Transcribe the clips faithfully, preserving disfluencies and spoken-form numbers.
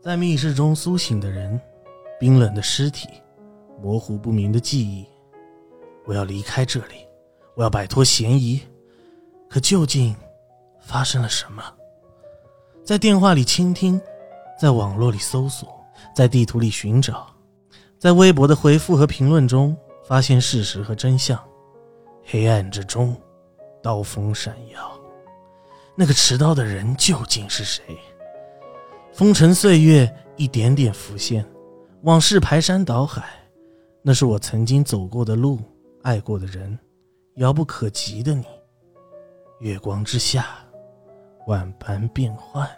在密室中苏醒的人，冰冷的尸体，模糊不明的记忆。我要离开这里，我要摆脱嫌疑。可究竟发生了什么？在电话里倾听，在网络里搜索，在地图里寻找，在微博的回复和评论中发现事实和真相。黑暗之中，刀锋闪耀。那个持刀的人究竟是谁？风尘岁月一点点浮现，往事排山倒海。那是我曾经走过的路，爱过的人，遥不可及的你。月光之下，万般变幻。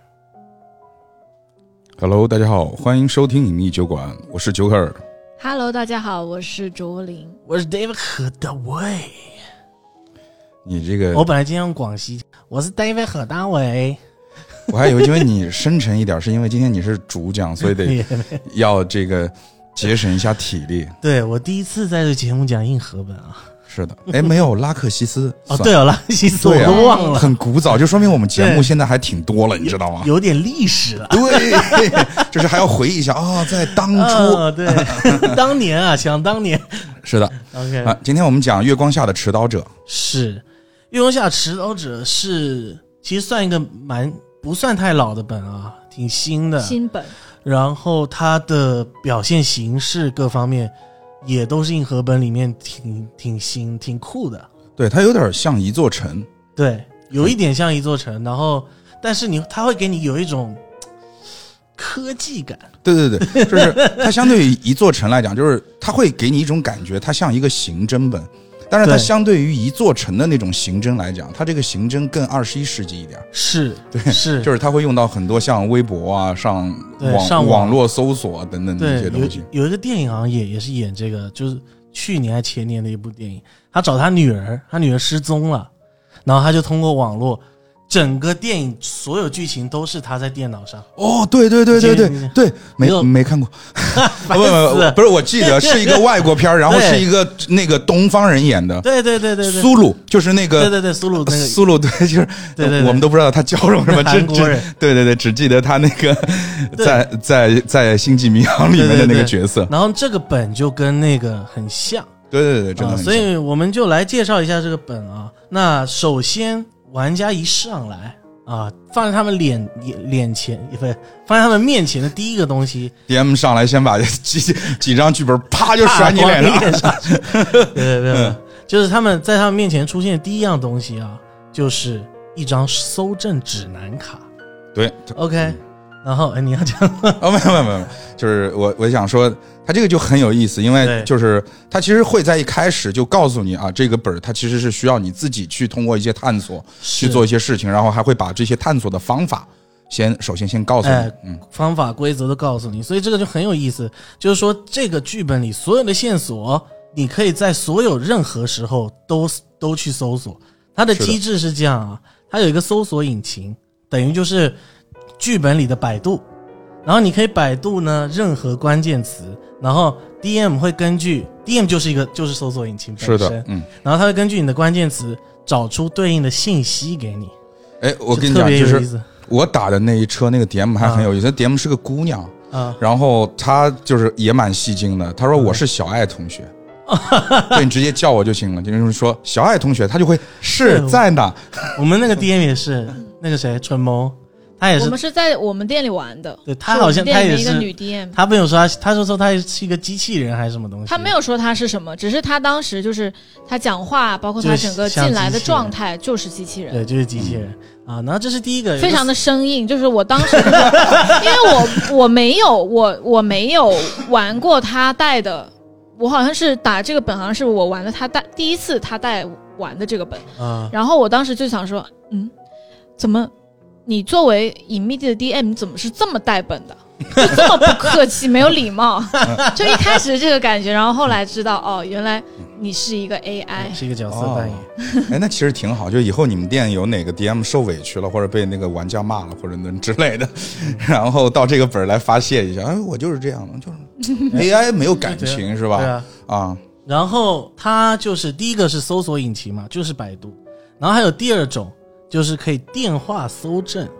Hello， 大家好，欢迎收听隐秘酒馆，我是九克尔。 Hello， 大家好，我是卓林， 我是 David 何大伟。 你这个， 我本来今天用广西，我是 David 何大伟。 我还以为因为你深沉一点，是因为今天你是主讲，所以得要这个节省一下体力。 对，我第一次在这个节目讲硬核本啊。 是的，哎，没有拉克西斯哦，对哦，拉克西斯我都忘了， 很古早，就说明我们节目现在还挺多了，你知道吗？ 有点历史了。 对，就是还要回忆一下啊、哦，在当初， 哦、对，当年啊，想当年。 是的 ，OK 啊，今天我们讲《月光下的持刀者》。 是，《月光下的持刀者》是其实算一个蛮不算太老的本啊，挺新的新本。 然后它的表现形式各方面。也都是硬核本里面挺挺新挺酷的。 对，它有点像一座城。 对，有一点像一座城，然后但是你它会给你有一种科技感。 对对对，就是它相对于一座城来讲，就是它会给你一种感觉，它像一个刑侦本。但是它相对于一座城的那种刑侦来讲，它这个刑侦更二十一世纪一点。 是， 对， 是， 就是它会用到很多像微博啊、上网上 网, 网络搜索等等这些东西。 有, 有一个电影好像也也是演这个，就是去年还前年的一部电影，他找他女儿，他女儿失踪了，然后他就通过网络。整个电影所有剧情都是他在电脑上。 哦，对对对对对对，没没看过，不不不是，我记得是一个外国片，然后是一个那个东方人演的。 对对对对对， 苏鲁就是那个， 对对对苏鲁那个苏鲁，对，就是对对， 我们都不知道他叫什么什么， 韩国人。 对对对，只记得他那个在在在星际迷航里面的那个角色。 然后这个本就跟那个很像。 对对对，真的很像。 所以我们就来介绍一下这个本啊。那首先。玩家一上来啊，放在他们脸脸前，不是放在他们面前的第一个东西 ，D M 上来先把几几张剧本啪就甩你脸上， 脸上对对对，嗯、就是他们在他们面前出现的第一样东西啊，就是一张搜证指南卡。 对 ，OK，、嗯、然后哎，你要讲哦，没有没有没有，就是我我想说。它这个就很有意思，因为就是它其实会在一开始就告诉你啊，这个本它其实是需要你自己去通过一些探索去做一些事情，然后还会把这些探索的方法先首先先告诉你， 哎、嗯，方法规则都告诉你，所以这个就很有意思。就是说，这个剧本里所有的线索，你可以在所有任何时候都都去搜索。它的机制是这样啊，它有一个搜索引擎，等于就是剧本里的百度，然后你可以百度呢任何关键词。然后 D M 会根据 D M 就是一个就是搜索引擎本身， 是的，嗯， 然后它会根据你的关键词找出对应的信息给你。 哎，我跟你讲，就是我打的那一车那个 D M 还很有意思，啊、D M 是个姑娘啊，然后她就是也蛮戏精的，她说我是小爱同学，对你直接叫我就行了，就是说小爱同学，她就会是在哪。 我们那个 D M 也是那个谁春萌。他也是， 我们是在我们店里玩的。 对，他好像他也是一个女 D M， 他没有说他，他就说他是一个机器人还是什么东西。 他没有说他是什么，只是他当时就是他讲话，包括他整个进来的状态就是机器人。 对，就是机器人、嗯、啊。然后这是第一个， 非常的生硬，就是我当时、就是、因为我我没有我我没有玩过他带的，我好像是打这个本，好像是我玩的他带第一次他带玩的这个本啊。然后我当时就想说，嗯，怎么？你作为隐秘的 D M， 你怎么是这么带本的？就这么不客气，没有礼貌。就一开始这个感觉，然后后来知道哦，原来你是一个 A I， 是一个角色扮演。 哦、哎，那其实挺好。就以后你们店有哪个 D M 受委屈了，或者被那个玩家骂了，或者那之类的，然后到这个本来发泄一下。哎，我就是这样的，就是 A I 没有感情是吧？ 对啊。 啊。 然后它就是第一个是搜索引擎嘛，就是百度。然后还有第二种。就是可以电话搜证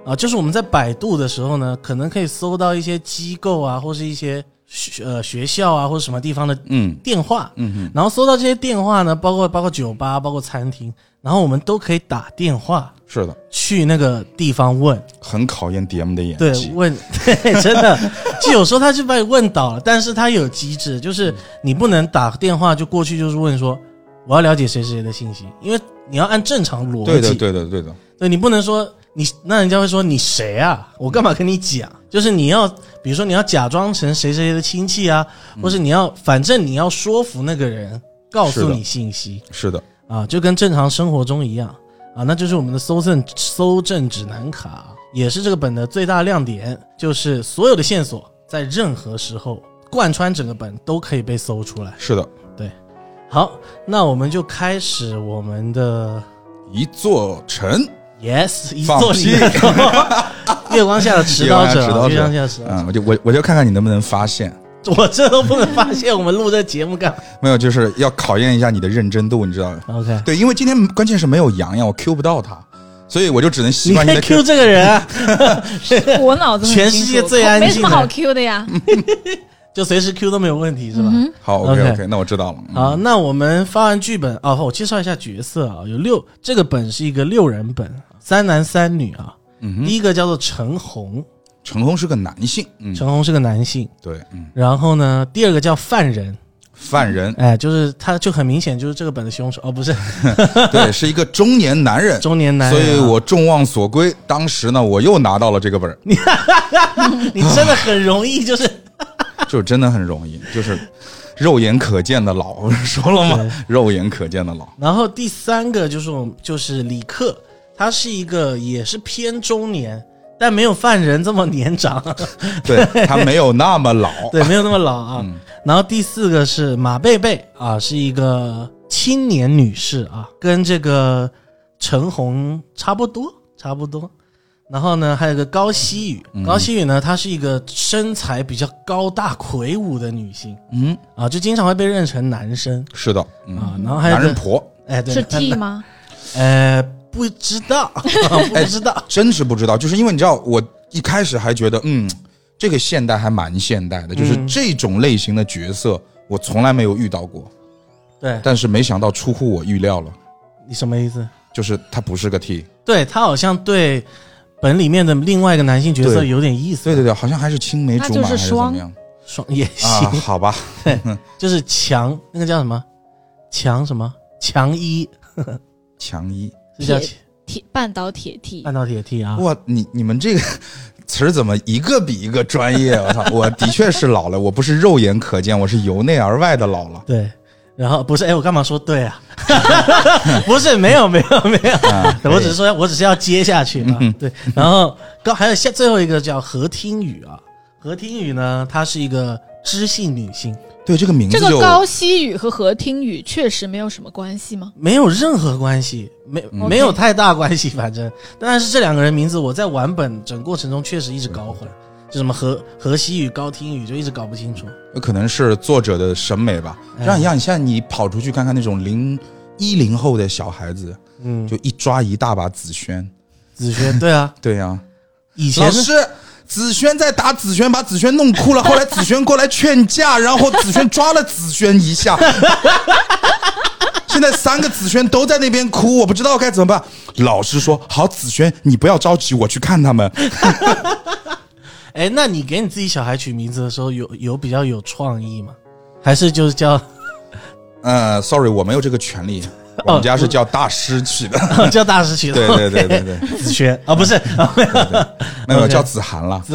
啊，就是我们在百度的时候呢，可能可以搜到一些机构啊，或是一些呃学校啊，或者什么地方的电话， 嗯嗯， 然后搜到这些电话呢，包括包括酒吧，包括餐厅，然后我们都可以打电话， 是的， 去那个地方问， 很考验 D M 的演技， 对，问，对，真的，就有时候他就把你问倒了，但是他有机制，就是你不能打电话就过去就是问说我要了解谁谁的信息，因为你要按正常逻辑， 对的，对的，对的， 对，你不能说。你那人家会说你谁啊？我干嘛跟你讲？就是你要，比如说你要假装成谁谁的亲戚啊，嗯、或是你要，反正你要说服那个人告诉你信息。 是的， 是的啊，就跟正常生活中一样啊。那就是我们的搜证搜证指南卡，也是这个本的最大亮点，就是所有的线索在任何时候贯穿整个本都可以被搜出来。 是的， 对。好，那我们就开始我们的一座城。 Yes， 一座城。月光下的持刀者，月光下的持刀者。 嗯，我就我我就看看你能不能发现。 我这都不能发现，我们录这节目干嘛？ 没有，就是要考验一下你的认真度，你知道吗 ？OK。 对，因为今天关键是没有洋洋，我 Q 不到他，所以我就只能习惯你的 Q 这个人啊。 我脑子全世界最安静的， 没什么好 Q 的呀。 就随时 Q 都没有问题是吧？ 嗯、 好 ，OK OK，, okay 那我知道了。 嗯、好，那我们发完剧本啊，我介绍一下角色啊，有六，这个本是一个六人本，三男三女啊。 嗯， 第一个叫做陈红， 陈红是个男性，嗯、 陈红是个男性， 对，嗯。 然后呢，第二个叫犯人， 犯人， 哎，就是他就很明显就是这个本的凶手哦，不是， 对，是一个中年男人， 中年男人、啊， 所以我众望所归。当时呢，我又拿到了这个本， 你你真的很容易，就是。 就真的很容易，就是肉眼可见的老，我说了吗？肉眼可见的老。 然后第三个就是我们就是李克，他是一个也是偏中年，但没有犯人这么年长， 对，他没有那么老， 对，没有那么老啊。嗯、然后第四个是马贝贝啊，是一个青年女士啊，跟这个陈红差不多，差不多。然后呢，还有个高希宇，高希宇呢，她是一个身材比较高大魁梧的女性，嗯啊，就经常会被认成男生， 是的， 嗯、啊，然后还有男人婆， 哎，对， 是 T 吗？ 呃，不知道，不知道、 哎，真是不知道，就是因为你知道，我一开始还觉得，嗯，这个现代还蛮现代的，就是这种类型的角色，我从来没有遇到过， 对， 但是没想到出乎我预料了。 你什么意思？ 就是他不是个 T， 对他好像对。本里面的另外一个男性角色有点意思， 对对对，好像还是青梅竹马还是怎么样？ 双也行、 啊，好吧， 对，就是强那个叫什么强什么强一， 强一是叫铁半导铁 T， 半导铁 T 啊！ 哇，你你们这个词儿怎么一个比一个专业？我操，我的确是老了，我不是肉眼可见，我是由内而外的老了。 对。然后不是，哎，我干嘛说对啊？不是，没有，没有，没有，啊、我只是说，我只是要接下去啊。嗯、对，然后刚还有下最后一个叫何听雨啊，何听雨呢，她是一个知性女性。 对，这个名字就这个高希宇和何听雨确实没有什么关系吗？ 没有任何关系，没、嗯、没有太大关系，反正。但是这两个人名字我在玩本整过程中确实一直搞混。就什么何何希宇、高听宇就一直搞不清楚， 有可能是作者的审美吧。像一样，你现在你跑出去看看那种零一零后的小孩子，嗯，就一抓一大把紫萱， 紫萱，对啊， 对啊。 以前老师，紫萱在打紫萱，把紫萱弄哭了，后来紫萱过来劝架，然后紫萱抓了紫萱一下。现在三个紫萱都在那边哭，我不知道该怎么办。老师说：“好，紫萱，你不要着急，我去看他们。” 哎，那你给你自己小孩取名字的时候有有比较有创意吗？还是就是叫…… 呃 ，sorry， 我没有这个权利。我们家是叫大师取的， 哦、叫大师取的。 对对对对对， 子轩啊、哦，不是， 对对对没有叫子涵了。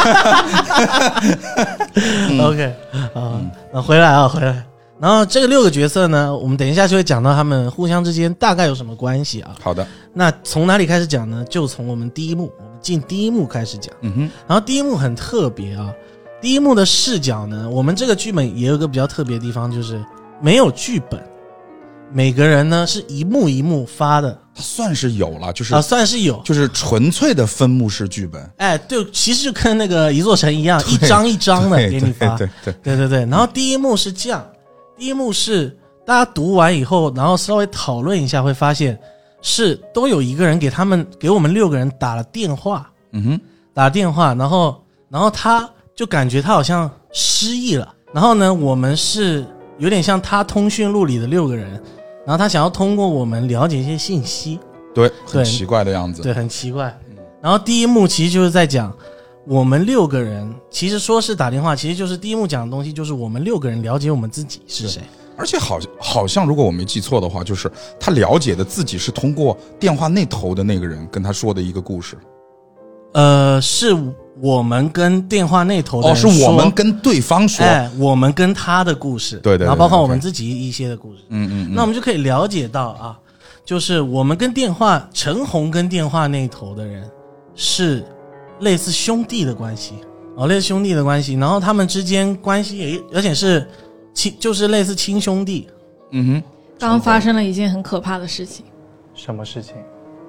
OK， 啊，那回来啊，回来。然后这个六个角色呢，我们等一下就会讲到他们互相之间大概有什么关系啊。 好的， 那从哪里开始讲呢？就从我们第一幕，我们进第一幕开始讲。 嗯哼， 然后第一幕很特别啊，第一幕的视角呢，我们这个剧本也有个比较特别的地方，就是没有剧本，每个人呢是一幕一幕发的。 算是有了，就是啊，算是有， 就是纯粹的分幕式剧本。 哎，对，其实就跟那个一座城一样，一张一张的给你发。 对对对对对对。然后第一幕是这样，第一幕是大家读完以后，然后稍微讨论一下，会发现是都有一个人给他们给我们六个人打了电话， 嗯哼， 打电话，然后然后他就感觉他好像失忆了，然后呢，我们是有点像他通讯录里的六个人，然后他想要通过我们了解一些信息， 对，很奇怪的样子， 对，很奇怪。然后第一幕其实就是在讲我们六个人，其实说是打电话，其实就是第一幕讲的东西，就是我们六个人了解我们自己是谁。 而且好好像如果我没记错的话，就是他了解的自己是通过电话那头的那个人跟他说的一个故事。 呃，是我们跟电话那头的人说， 哦，是我们跟对方说， 哎，我们跟他的故事， 对 对, 对， 然后包括我们自己一些的故事， 嗯嗯, 嗯， 那我们就可以了解到啊，就是我们跟电话陈红跟电话那头的人是类似兄弟的关系，哦，类似兄弟的关系，然后他们之间关系也而且是亲，就是类似亲兄弟。 嗯哼， 刚刚发生了一件很可怕的事情。 什么事情？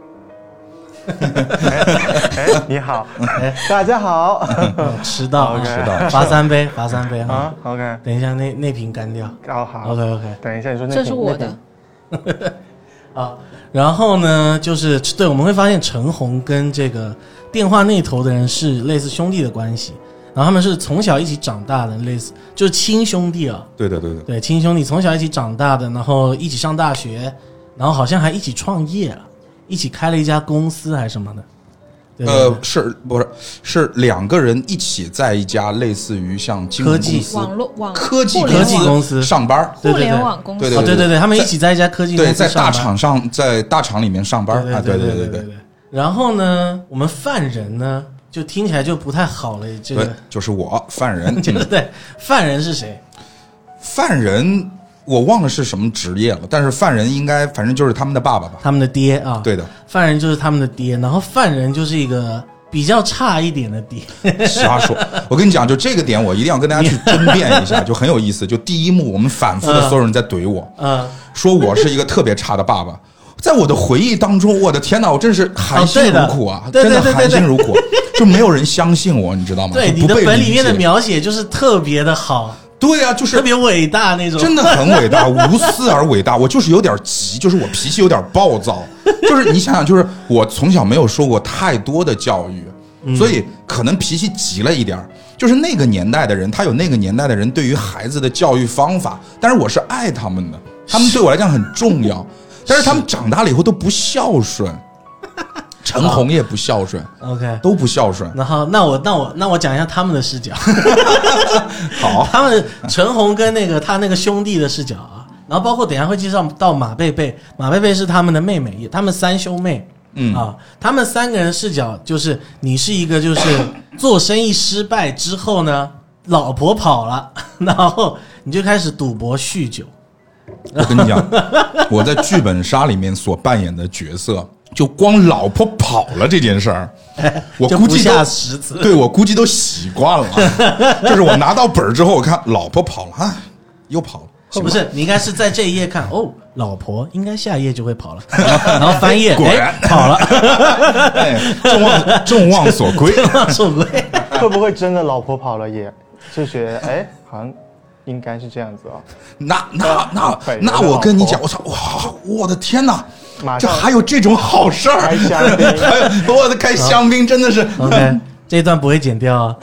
哎, 哎，你好，哎，大家好。 迟到， okay, 迟到，罚三杯，罚三杯啊。OK， 等一下那那瓶干掉。 哦，好。 OK OK， 等一下你说那这是我的。 啊，然后呢，就是对，我们会发现陈红跟这个电话那头的人是类似兄弟的关系，然后他们是从小一起长大的，类似就是亲兄弟啊。 对的对的， 对，亲兄弟从小一起长大的，然后一起上大学，然后好像还一起创业了，一起开了一家公司还是什么的。对对对， 呃，是不是是两个人一起在一家类似于像金融公司、 网络网科技科技公司上班， 互联网公司， 对对对对对，他们一起在一家科技公司对，在大厂上，在大厂里面上班啊，对对对对对。 然后呢，我们犯人呢，就听起来就不太好了，这个就是我犯人， 对对，犯人是谁？ 犯人。我忘了是什么职业了，但是犯人应该反正就是他们的爸爸吧， 他们的爹啊， 对的， 犯人就是他们的爹，然后犯人就是一个比较差一点的爹。 瞎说，我跟你讲，就这个点我一定要跟大家去争辩一下，就很有意思。就第一幕我们反复的所有人在怼我， 嗯， 说我是一个特别差的爸爸，在我的回忆当中，我的天哪，我真是含辛茹苦啊， 哦、真的含辛茹苦，就没有人相信我，你知道吗？ 对，你的本里面的描写就是特别的好。 对啊，就是特别伟大那种， 真的很伟大，无私而伟大。我就是有点急，就是我脾气有点暴躁，就是你想想，就是我从小没有受过太多的教育，嗯、所以可能脾气急了一点。就是那个年代的人，他有那个年代的人对于孩子的教育方法，但是我是爱他们的，他们对我来讲很重要，但是他们长大了以后都不孝顺。陈红也不孝顺 ，OK， 都不孝顺。 然后，那我那我那我讲一下他们的视角。 好， 他们陈红跟那个他那个兄弟的视角啊，然后包括等一下会介绍到马贝贝，马贝贝是他们的妹妹，他们三兄妹， 嗯啊，他们三个人视角就是你是一个就是做生意失败之后呢，老婆跑了，然后你就开始赌博酗酒。 我跟你讲，我在剧本杀里面所扮演的角色。就光老婆跑了这件事儿，我估计都十次， 对我估计都习惯了。就是我拿到本之后，我看老婆跑了，啊，又跑了。 不是，你应该是在这一页看哦，老婆应该下一页就会跑了，然后翻页， 果然、 哎、跑了。 哎，众望众望所归， 众望所归。 会不会真的老婆跑了也就觉得哎，好像应该是这样子哦？ 那那那那我跟你讲，我操，哇，我的天哪！这还有这种好事儿？ 开香槟， 还有我的开香槟真的是 OK， 这一段不会剪掉啊，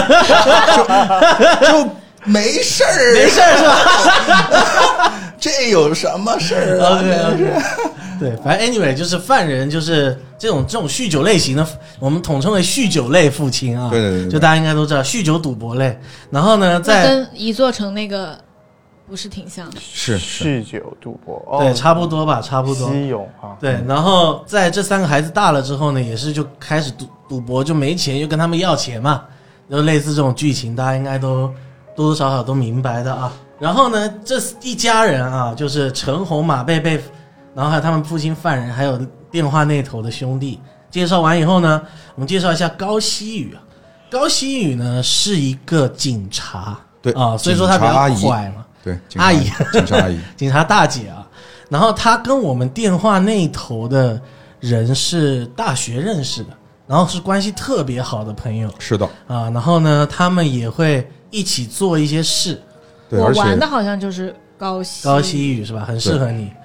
就就没事儿， 没事儿是吧？ 这有什么事儿啊 ？OK OK， 对，反正 anyway 就是犯人，就是这种这种酗酒类型的，我们统称为酗酒类父亲啊。 对对 对, 对， 就大家应该都知道，酗酒赌博类。然后呢，在跟一座城那个。不是挺像的， 是酗酒赌博，哦、 对，差不多吧，差不多。 基友啊， 对，然后在这三个孩子大了之后呢，也是就开始赌赌博，就没钱，又跟他们要钱嘛，就类似这种剧情，大家应该都多多少少都明白的啊。然后呢，这一家人啊，就是陈红、马贝贝，然后还有他们父亲犯人，还有电话那头的兄弟。介绍完以后呢，我们介绍一下高希宇啊。高希宇呢是一个警察， 对啊，所以说他比较快嘛。 对， 阿姨， 警察阿姨， 警察大姐啊，然后她跟我们电话那头的人是大学认识的，然后是关系特别好的朋友。 是的啊，然后呢，他们也会一起做一些事。 对， 我玩的好像就是高希高希宇是吧？很适合你。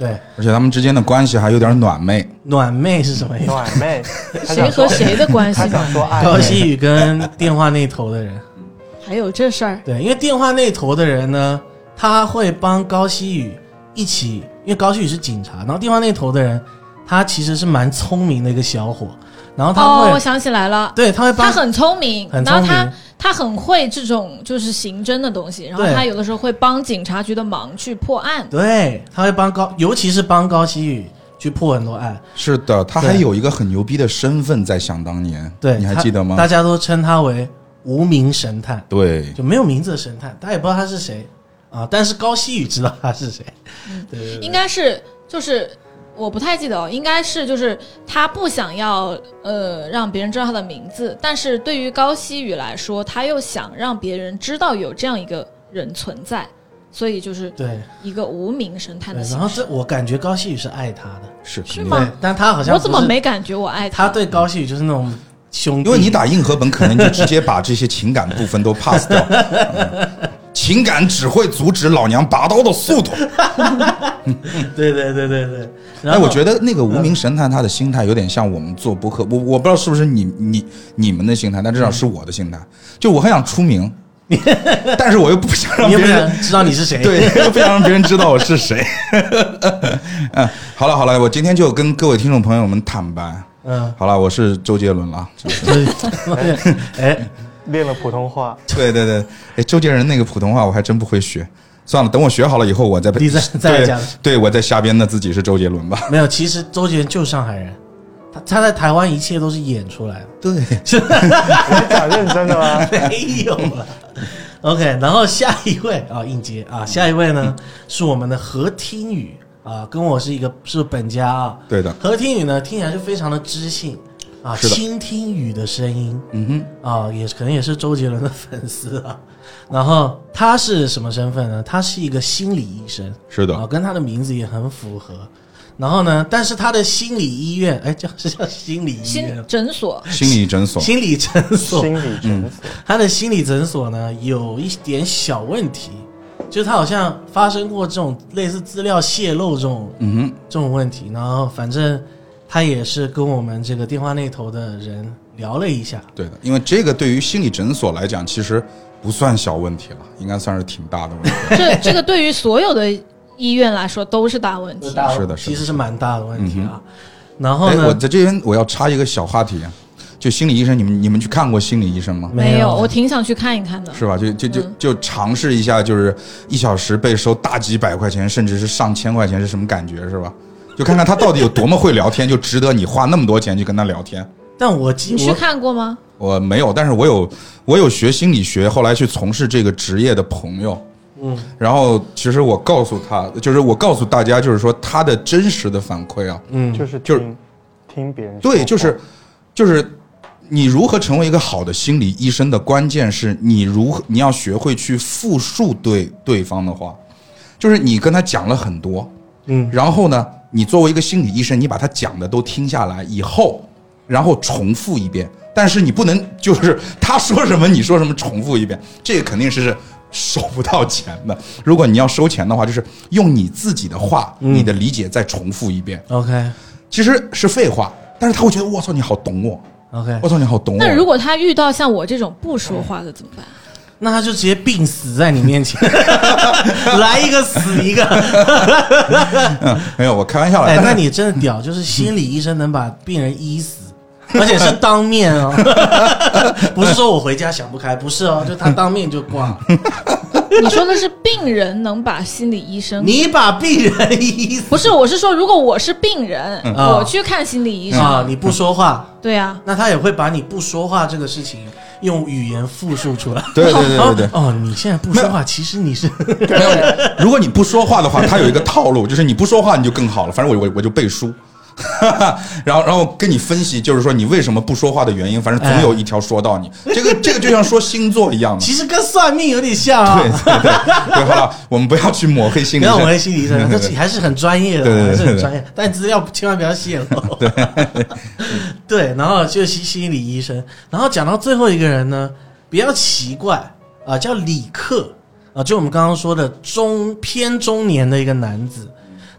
对， 而且他们之间的关系还有点暖妹。 暖妹是什么意思？ 暖妹， 谁和谁的关系？ 他想说爱高希宇跟电话那头的人， 还有这事儿？ 对，因为电话那头的人呢，他会帮高希宇一起，因为高希宇是警察，然后电话那头的人，他其实是蛮聪明的一个小伙，然后他会， 哦，我想起来了， 对，他会帮， 他很聪明， 很聪明， 然后他他很会这种就是刑侦的东西，然后他有的时候会帮警察局的忙去破案， 对，他会帮高，尤其是帮高希宇去破很多案。 是的，他还有一个很牛逼的身份在想当年， 对， 你还记得吗？ 大家都称他为无名神探， 对， 就没有名字的神探，大家也不知道他是谁啊，但是高希宇知道他是谁， 嗯， 对对对， 应该是就是我不太记得哦，应该是就是他不想要呃让别人知道他的名字，但是对于高希宇来说，他又想让别人知道有这样一个人存在，所以就是对一个无名神探的形式。 然后这我感觉高希宇是爱他的， 是是吗？ 但他好像我怎么没感觉我爱他？ 他对高希宇就是那种兄弟， 因为你打硬核本，可能就直接把这些情感部分都 pass 掉。嗯情感只会阻止老娘拔刀的速度。 对对对对对。 哎，我觉得那个无名神探他的心态有点像我们做播客，我我不知道是不是你你你们的心态，但至少是我的心态。就我很想出名，但是我又不想让别人知道你是谁， 对，又不想让别人知道我是谁。嗯，好了好了，我今天就跟各位听众朋友们坦白，嗯，好了，我是周杰伦了。 哎。 练了普通话， 对对对，哎，周杰伦那个普通话我还真不会学，算了，等我学好了以后，我再你再再讲， 对我在瞎编的自己是周杰伦吧？ 没有，其实周杰伦就是上海人，他他在台湾一切都是演出来的。 对， 你讲认真的吗？ 没有了。OK， 然后下一位啊，应接啊，下一位呢是我们的何听雨啊，跟我是一个是本家啊， 对的， 何听雨呢听起来就非常的知性。啊，倾听雨的声音， 嗯哼， 啊，也可能也是周杰伦的粉丝啊。然后他是什么身份呢？他是一个心理医生， 是的， 啊，跟他的名字也很符合。然后呢，但是他的心理医院，哎，叫是叫心理医院诊所， 心理诊所， 心理诊所， 心理诊所。 他的心理诊所呢有一点小问题，就是他好像发生过这种类似资料泄露这种， 嗯哼， 这种问题。然后反正。他也是跟我们这个电话那头的人聊了一下， 对的，因为这个对于心理诊所来讲，其实不算小问题了，应该算是挺大的问题。 这这个对于所有的医院来说都是大问题， 是的， 其实是蛮大的问题啊。嗯、然后呢， 我在这边我要插一个小话题，就心理医生，你们你们去看过心理医生吗？ 没有，我挺想去看一看的， 是吧？就就就就尝试一下，就是一小时被收大几百块钱，甚至是上千块钱是什么感觉，是吧？就看看他到底有多么会聊天，就值得你花那么多钱去跟他聊天。 但我你去看过吗？ 我没有，但是我有我有学心理学，后来去从事这个职业的朋友。嗯，然后其实我告诉他，就是我告诉大家，就是说他的真实的反馈啊， 嗯，就是就是听别人说对，就是就是你如何成为一个好的心理医生的关键是你如何你要学会去复述对对方的话，就是你跟他讲了很多，嗯，然后呢？你作为一个心理医生，你把他讲的都听下来以后，然后重复一遍，但是你不能就是他说什么你说什么重复一遍，这个肯定是收不到钱的。如果你要收钱的话，就是用你自己的话、嗯、你的理解再重复一遍。 OK， 其实是废话，但是他会觉得我操你好懂我。 OK， 我操你好懂我。 那如果他遇到像我这种不说话的怎么办？ 那他就直接病死在你面前，来一个死一个。 嗯，没有，我开玩笑了。 哎，那你真的屌，就是心理医生能把病人医死，而且是当面哦，不是说我回家想不开，不是哦，就他当面就挂。 你说的是病人能把心理医生， 你把病人医死？ 不是，我是说，如果我是病人，嗯、我去看心理医生啊，你不说话， 对啊， 那他也会把你不说话这个事情用语言复述出来。 对对对对对。 哦，你现在不说话，其实你是没有。如果你不说话的话，他有一个套路，就是你不说话你就更好了。反正我我我就背书。然后，然后跟你分析，就是说你为什么不说话的原因，反正总有一条说到你。哎、这个，这个就像说星座一样的， 其实跟算命有点像啊。 对对对，对，好了，我们不要去抹黑心理医生， 不要抹黑心理医生，这还是很专业的， 对对对对还是很专业，但资料千万不要泄露。对对，然后就是心理医生，然后讲到最后一个人呢，比较奇怪啊、呃，叫李克啊、呃，就我们刚刚说的中偏中年的一个男子。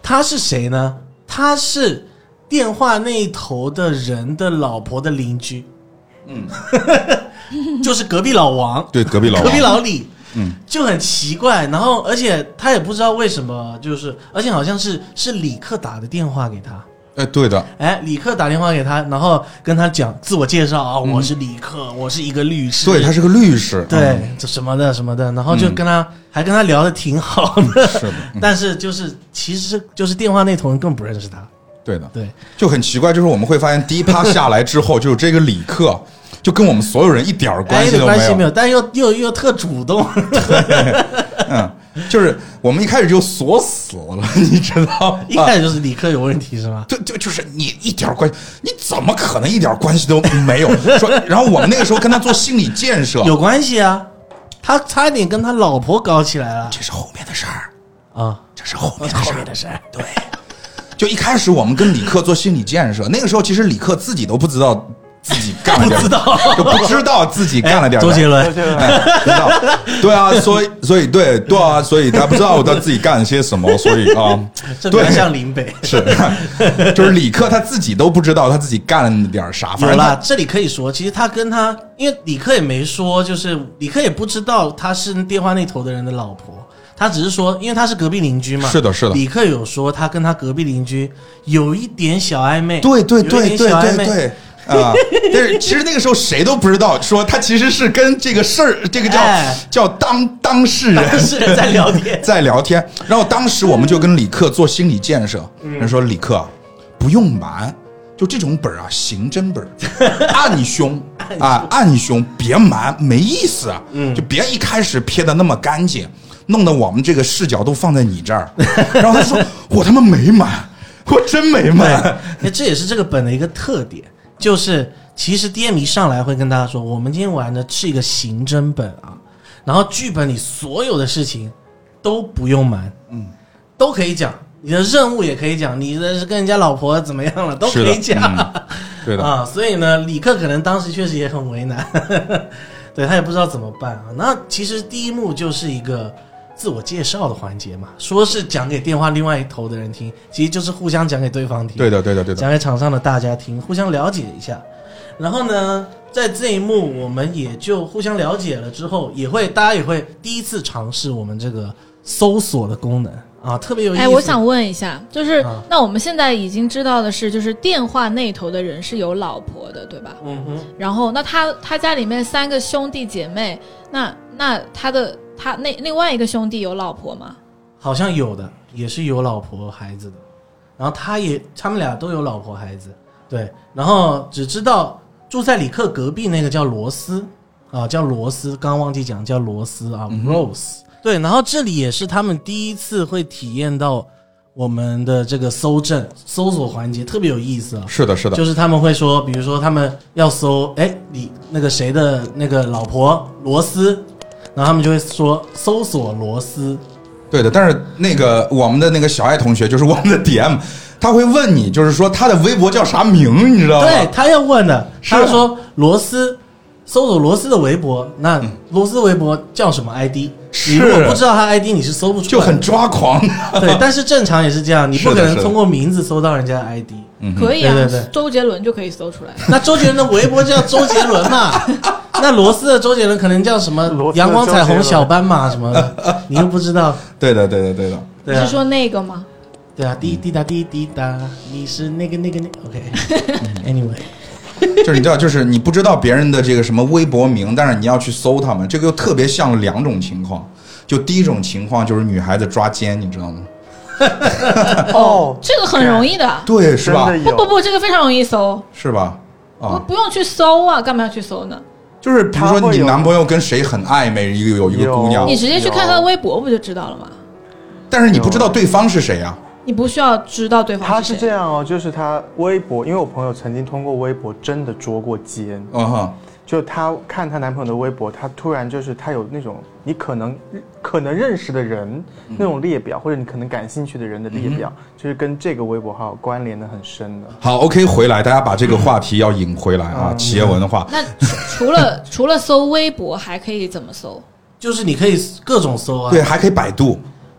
他是谁呢？他是电话那一头的人的老婆的邻居，嗯，就是隔壁老王， 对，隔壁老王， 隔壁老李， 嗯， 就很奇怪。然后，而且他也不知道为什么，就是而且好像是是李克打的电话给他。 哎，对的， 哎，李克打电话给他，然后跟他讲自我介绍啊，我是李克，我是一个律师， 对他是个律师， 对，这什么的什么的，然后就跟他、嗯、还跟他聊得挺好的， 是的， 嗯、但是就是其实就是电话那头人更不认识他， 对的， 对， 就很奇怪，就是我们会发现第一趴下来之后，就是这个李克就跟我们所有人一点关系都没有， 关系没有，但又又又特主动， 嗯。就是我们一开始就锁死了，你知道， 一开始就是李克有问题是吗？ 对对，就是你一点关系，你怎么可能一点关系都没有？说，然后我们那个时候跟他做心理建设， 有关系啊，他差点跟他老婆搞起来了， 这是后面的事儿啊， 这是后面的后面的事儿。 对，就一开始我们跟李克做心理建设，那个时候其实李克自己都不知道。自己干了点， 不知道， 就不知道自己干了点。 周杰伦， 哎，不知道，对啊，所以，所以，对，对啊，所以他不知道他自己干了些什么，所以啊， 这比较像林北， 是，就是李克他自己都不知道他自己干了点啥。 有啦，这里可以说，其实他跟他，因为李克也没说，就是李克也不知道他是电话那头的人的老婆。他只是说，因为他是隔壁邻居嘛， 是的，是的。 李克有说他跟他隔壁邻居有一点小暧昧， 对对对对对对。啊！但是其实那个时候谁都不知道，说他其实是跟这个事儿，这个叫、哎、叫当当事人， 当事人在聊天， 在聊天。然后当时我们就跟李克做心理建设，人、嗯、说李克不用瞒，就这种本啊，刑侦本，暗凶啊，暗凶，别瞒，没意思啊，嗯、就别一开始撇的那么干净，弄得我们这个视角都放在你这儿。然后他说我他妈没瞒，我真没瞒。 那这也是这个本的一个特点。就是其实 D M 一上来会跟大家说，我们今天玩的是一个刑侦本啊，然后剧本里所有的事情都不用瞒，嗯，都可以讲，你的任务也可以讲，你的跟人家老婆怎么样了都可以讲， 嗯、对的啊，所以呢，李克可能当时确实也很为难，呵呵对他也不知道怎么办啊。那其实第一幕就是一个自我介绍的环节嘛，说是讲给电话另外一头的人听，其实就是互相讲给对方听。 对的，对的，对的， 讲给场上的大家听，互相了解一下。然后呢，在这一幕我们也就互相了解了之后，也会大家也会第一次尝试我们这个搜索的功能啊，特别有意思。 哎，我想问一下，就是、啊、那我们现在已经知道的是，就是电话那头的人是有老婆的，对吧？嗯哼。然后，那他他家里面三个兄弟姐妹，那那他的。他那另外一个兄弟有老婆吗？ 好像有的，也是有老婆孩子的。然后他也，他们俩都有老婆孩子，对。然后只知道住在李克隔壁那个叫罗斯啊，叫罗斯，刚刚忘记讲叫罗斯啊、嗯、，Rose。对，然后这里也是他们第一次会体验到我们的这个搜证搜索环节，特别有意思啊。 是的，是的， 就是他们会说，比如说他们要搜，哎，你那个谁的那个老婆罗斯。然后他们就会说搜索罗斯， 对的。但是那个我们的那个小爱同学，就是我们的 D M， 他会问你，就是说他的微博叫啥名，你知道吗？ 对，他要问的，他说罗斯，搜索罗斯的微博，那罗斯微博叫什么 I D？、嗯、你如果不知道他 I D， 你是搜不出来的， 就很抓狂。 对，但是正常也是这样，你不可能通过名字搜到人家的 I D。 嗯、可以啊， 对对对， 周杰伦就可以搜出来。 那周杰伦的微博叫周杰伦嘛？那罗斯的周杰伦可能叫什么阳光彩虹小斑马什么的，你又不知道。 对的，对的，对的。 你是说那个吗？ 对啊，滴滴答滴滴答，你是那个那个那个 OK。Anyway， 就是你知道，就是你不知道别人的这个什么微博名，但是你要去搜他们，这个又特别像两种情况。就第一种情况就是女孩子抓奸，你知道吗？ 哦，这个很容易的， 对，是吧？ 不不不，这个非常容易搜， 是吧？ 啊，不用去搜啊，干嘛要去搜呢？ 就是比如说你男朋友跟谁很暧昧，一个有一个姑娘， 你直接去看他的微博不就知道了吗？ 但是你不知道对方是谁啊？ 你不需要知道对方是谁。 他是这样哦，就是他微博，因为我朋友曾经通过微博真的捉过奸。 嗯哼。 就她看她男朋友的微博，她突然就是她有那种你可能可能认识的人、嗯、那种列表，或者你可能感兴趣的人的列表、嗯、就是跟这个微博号关联的很深的。 好 OK 回来大家把这个话题要引回来啊、嗯、企业文化。 那除了除了搜微博还可以怎么搜？ 就是你可以各种搜啊。 对，还可以百度。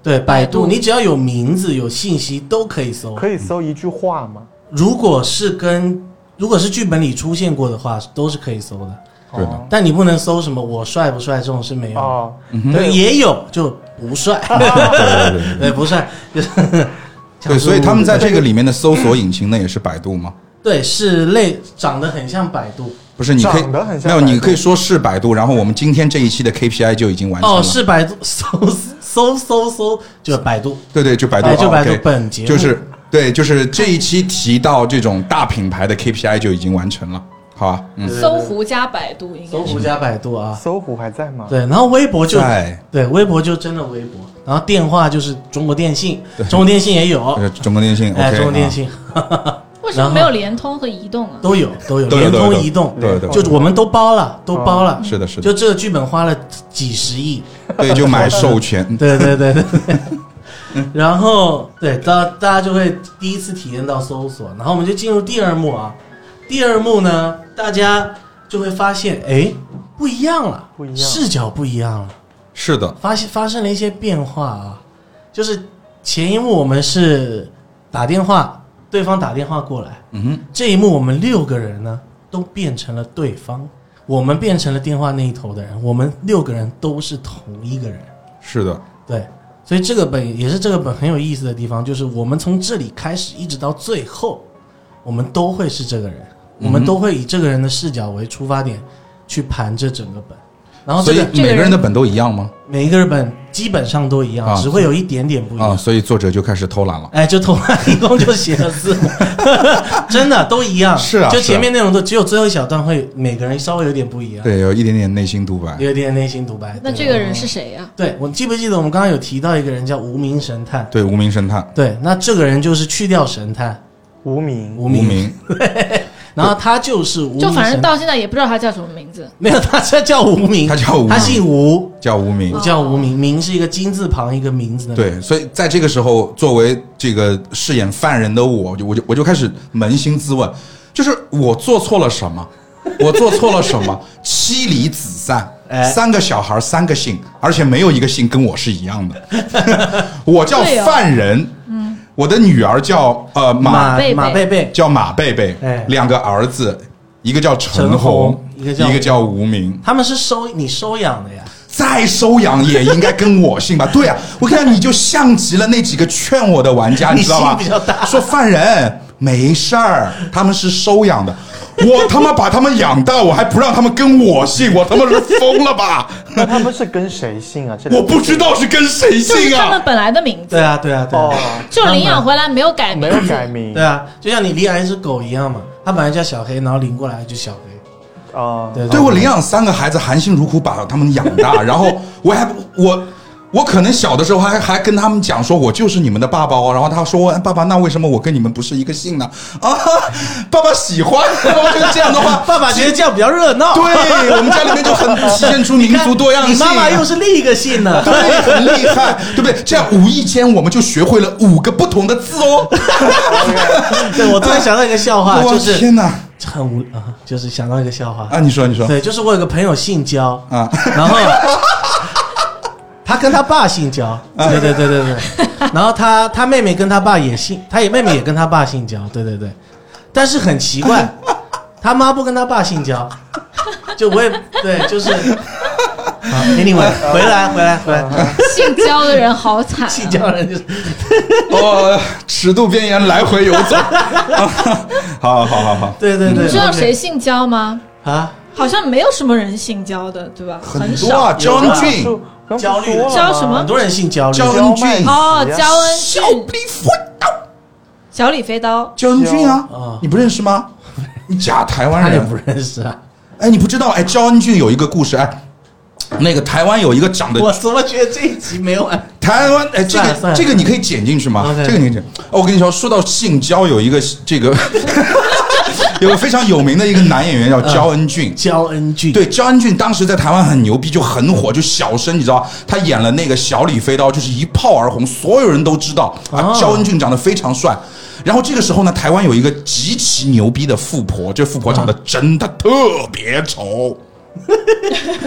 对，百度，你只要有名字有信息都可以搜。 可以搜一句话吗？ 如果是跟如果是剧本里出现过的话，都是可以搜的。 对的， 但你不能搜什么我帅不帅这种是没有的。 哦， 对，也有就不帅， 对对对对不帅，就是对，所以他们在这个里面的搜索引擎呢也是百度吗？ 对，是类长得很像百度。 不是，你可以长得很像没有，你可以说是百度，然后我们今天这一期的 K P I 就已经完成了。 哦，是百度，搜搜搜搜，就百度。 对对，就百度， 就百度哦 okay, 本节目就是对，就是这一期提到这种大品牌的 K P I 就已经完成了，好吧？嗯， 搜狐加百度应该是。 搜狐加百度啊， 搜狐还在吗？ 对，然后微博就在对，微博就真的微博，然后电话就是中国电信，中国电信也有， 中国电信， 哎， OK, 中国电信。 啊为什么没有联通和移动啊？ 都有都有， 都有联通、移动， 对对， 就我们都包了，都包了。 是的，是的。 就这个剧本花了几十亿， 对，就买授权。 对对对对对。然后对，大大家就会第一次体验到搜索，然后我们就进入第二幕啊。第二幕呢，大家就会发现，哎，不一样了， 不一样， 视角不一样了。 是的， 发现发生了一些变化啊，就是前一幕我们是打电话。对方打电话过来， 嗯哼， 这一幕我们六个人呢都变成了对方，我们变成了电话那一头的人，我们六个人都是同一个人。 是的， 对，所以这个本也是这个本很有意思的地方，就是我们从这里开始一直到最后，我们都会是这个人，我们都会以这个人的视角为出发点去盘这整个本。然后这个所以每个人的本都一样吗？ 每一个本基本上都一样，啊、只会有一点点不一样啊。所以作者就开始偷懒了， 哎，就偷懒，一共就写了字幕，真的都一样。 是啊， 就前面内容都只有最后一小段会每个人稍微有点不一样。 对，有一点点内心独白， 有一点内心独白。 那这个人是谁呀、啊？ 对，我记不记得我们刚刚有提到一个人叫无名神探？ 对，无名神探。 对，那这个人就是去掉神探， 无名， 无名。 无名对。然后他就是无名， 就反正到现在也不知道他叫什么名字。 没有，他这叫无名， 他叫无名， 他姓吴， 叫无名， 叫无名，名是一个金字旁一个名字的名。 对，所以在这个时候，作为这个饰演犯人的我，就我就我就开始扪心自问，就是我做错了什么？我做错了什么？妻离子散， 哎、 三个小孩，三个姓，而且没有一个姓跟我是一样的。我叫犯人。嗯。我的女儿叫呃马马贝贝， 叫马贝贝， 哎、 两个儿子，一个叫陈红，一个叫一个叫无名。 他们是收你收养的呀？ 再收养也应该跟我姓吧？对啊，我看你就像极了那几个劝我的玩家，你知道吧？ 比较大， 说犯人没事儿，他们是收养的。我他妈把他们养大，我还不让他们跟我姓，我他妈是疯了吧？ 那他们是跟谁姓啊？ 我不知道是跟谁姓啊。 就是他们本来的名字。 对啊，对啊，对啊。哦、 就领养回来没有改名， 没有改名。 对啊，就像你领养一只狗一样嘛，它本来叫小黑，然后领过来就小黑。 哦、 对, 对, 对，对我领养三个孩子，含辛茹苦把他们养大，然后我还我。我可能小的时候还还跟他们讲说，我就是你们的爸爸哦。然后他说，爸爸，那为什么我跟你们不是一个姓呢？啊，爸爸喜欢。我觉得这样的话， 爸爸觉得这样比较热闹。 对，我们家里面就很体现出民族多样性。 你妈妈又是另一个姓呢， 对，很厉害，对不对？这样无意间我们就学会了五个不同的字哦。 对，我突然想到一个笑话，就是天哪， 很无啊，就是想到一个笑话啊，你说你说， 对，就是我有个朋友姓焦啊， 然后。他跟他爸姓焦，对对对对对，然后他他妹妹跟他爸也姓，他也妹妹也跟他爸姓焦，对对对，但是很奇怪，他妈不跟他爸姓焦，就我也对，就是啊 ，anyway， 回来回来回来， 姓焦的人好惨、啊， 姓焦的人就是哦，尺度边缘来回游走，好好好好， 对对对， 你知道谁姓焦吗？ 啊， 好像没有什么人姓焦的，对吧？ 很多啊，焦恩俊。 焦虑焦什么？ 很多人姓焦虑。 焦恩俊哦，焦恩俊。小李飞刀。 小李飞刀。 焦恩俊啊，你不认识吗？你假台湾人。 他也不认识啊。 哎，你不知道？哎，焦恩俊有一个故事，哎，那个台湾有一个长得…… 我怎么觉得这一集没有完？ 台湾哎，这个这个你可以剪进去吗？这个你剪。哦，我跟你说，说到姓焦，有一个这个。有个非常有名的一个男演员叫焦恩俊， 焦恩俊对，焦恩俊当时在台湾很牛逼，就很火，就小生，你知道，他演了那个小李飞刀，就是一炮而红，所有人都知道啊。焦恩俊长得非常帅，然后这个时候呢，台湾有一个极其牛逼的富婆，这富婆长得真的特别丑。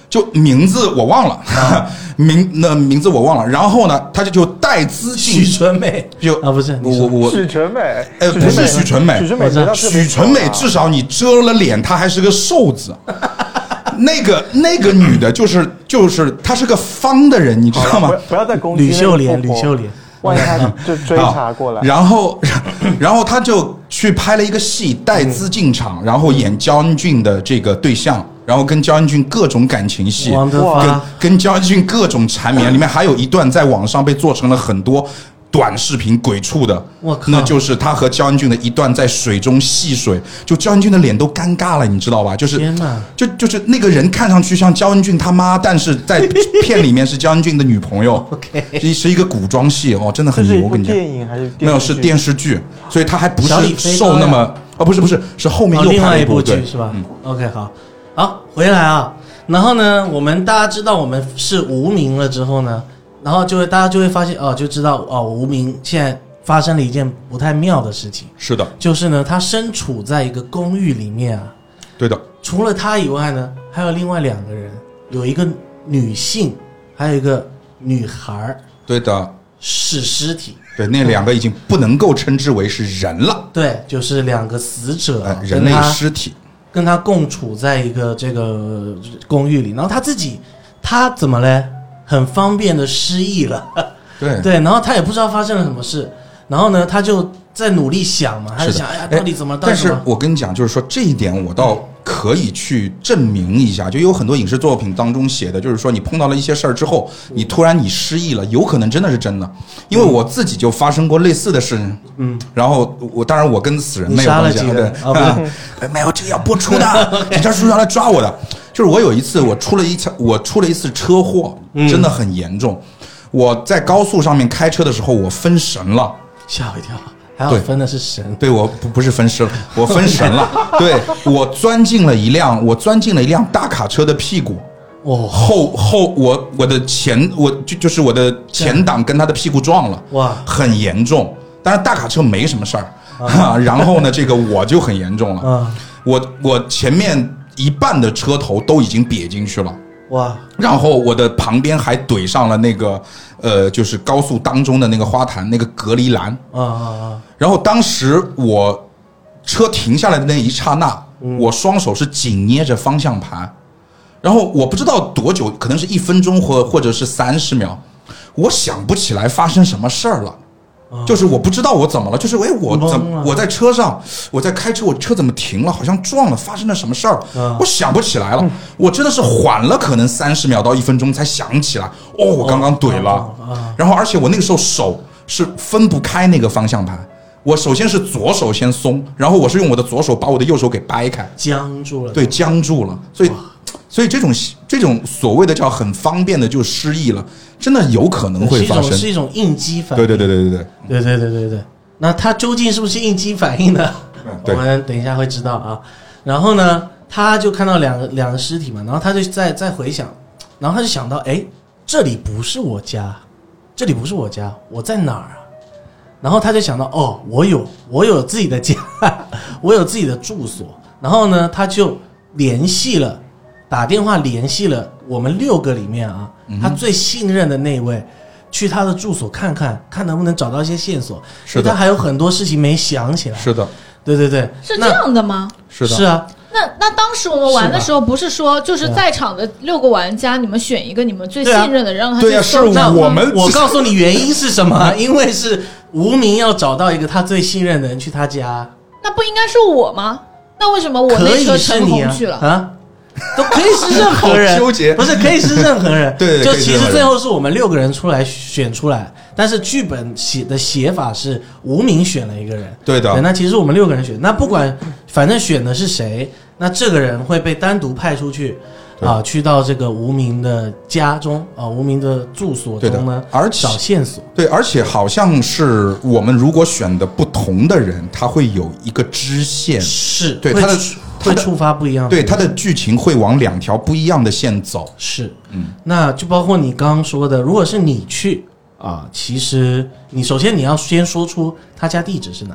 就名字我忘了，啊、名那名字我忘了。然后呢，他就就带资进许纯美， 就啊不是我我许纯美， 呃不是许纯美， 许纯美许纯美至少你遮了脸，她还是个瘦子。那个那个女的，就是就是她是个方的人，你知道吗？ 不要再攻击吕秀莲，吕秀莲。 万一他就追查过来， 然后，然后他就去拍了一个戏，带资进场，然后演焦恩俊的这个对象，然后跟焦恩俊各种感情戏，跟跟焦恩俊各种缠绵，里面还有一段在网上被做成了很多短视频鬼畜的，那就是他和焦恩俊的一段在水中戏水，就焦恩俊的脸都尴尬了，你知道吧？就是就就是那个人看上去像焦恩俊他妈，但是在片里面是焦恩俊的女朋友 ，OK， 是一个古装戏哦，真的很牛。我跟你讲， 电影还是没有是电视剧，所以他还不是受那么哦，不是不是，是后面又拍了一部剧是吧？嗯 ，OK， 好，好回来啊，然后呢，我们大家知道我们是无名了之后呢。然后就会大家就会发现哦，就知道哦，无名现在发生了一件不太妙的事情。 是的， 就是呢，他身处在一个公寓里面啊。 对的。 除了他以外呢，还有另外两个人，有一个女性，还有一个女孩。 对的。 是尸体。 对，那两个已经不能够称之为是人了。 对，就是两个死者， 呃、人类尸体， 跟他共处在一个这个公寓里，然后他自己，他怎么嘞？很方便的失忆了， 对对，然后他也不知道发生了什么事，然后呢，他就在努力想嘛，他就想，哎呀，到底怎么？ 但是我跟你讲，就是说这一点，我倒可以去证明一下，就有很多影视作品当中写的，就是说你碰到了一些事儿之后，你突然你失忆了，有可能真的是真的，因为我自己就发生过类似的事，嗯，然后我当然我跟死人没有关系，对，啊，没有这个要播出的，警察叔叔要来抓我的。就是我有一次，我出了一次，我出了一次车祸，真的很严重。我在高速上面开车的时候，我分神了， 吓我一跳。还好分的是神， 对，我不不是分尸了，我分神了。对，我钻进了一辆，我钻进了一辆大卡车的屁股。哦，后后我我的前我就就是我的前挡跟他的屁股撞了，哇，很严重。当然大卡车没什么事儿，啊、然后呢，这个我就很严重了。啊、我我前面。一半的车头都已经瘪进去了，哇！然后我的旁边还怼上了那个，呃，就是高速当中的那个花坛，那个隔离栏，啊啊啊！然后当时我车停下来的那一刹那，嗯、我双手是紧捏着方向盘，然后我不知道多久，可能是一分钟或或者是三十秒，我想不起来发生什么事儿了。就是我不知道我怎么了，就是哎，我怎我在车上，我在开车，我车怎么停了？好像撞了，发生了什么事儿？我想不起来了。我真的是缓了可能三十秒到一分钟才想起来。哦，我刚刚怼了。然后而且我那个时候手是分不开那个方向盘，我首先是左手先松，然后我是用我的左手把我的右手给掰开， 僵住了。 对，僵住了。所以。所以这种这种所谓的叫很方便的就失忆了，真的有可能会发生， 是一种应激反应。 对对对对对对对对对对。那它究竟是不是应激反应呢？我们等一下会知道啊。然后呢，他就看到两个两个尸体嘛，然后他就在在回想，然后他就想到，哎，这里不是我家，这里不是我家，我在哪儿啊？然后他就想到，哦，我有我有自己的家，我有自己的住所。然后呢，他就联系了。打电话联系了我们六个里面啊，嗯、他最信任的那位，去他的住所看看，看能不能找到一些线索。 是的， 他还有很多事情没想起来。 是的， 对对对， 是这样的吗？ 是的， 是啊。 那那当时我们玩的时候，不是说就是在场的六个玩家，你们选一个你们最信任的，让他去搜。 对啊，是我们。 我告诉你原因是什么？因为是无名要找到一个他最信任的人去他家。 那不应该是我吗？那为什么我那车陈红去了啊？都可以是任何人， 纠结不是可以是任何人， 对， 就其实最后是我们六个人出来选出来，但是剧本写的写法是无名选了一个人， 对的， 对，那其实我们六个人选，那不管反正选的是谁，那这个人会被单独派出去啊，去到这个无名的家中啊，无名的住所中呢， 而且找线索， 对，而且好像是我们如果选的不同的人，他会有一个支线， 是对他的。 会触发不一样的， 对，它的剧情会往两条不一样的线走。 是，嗯，那就包括你刚刚说的，如果是你去啊，其实你首先你要先说出他家地址是哪，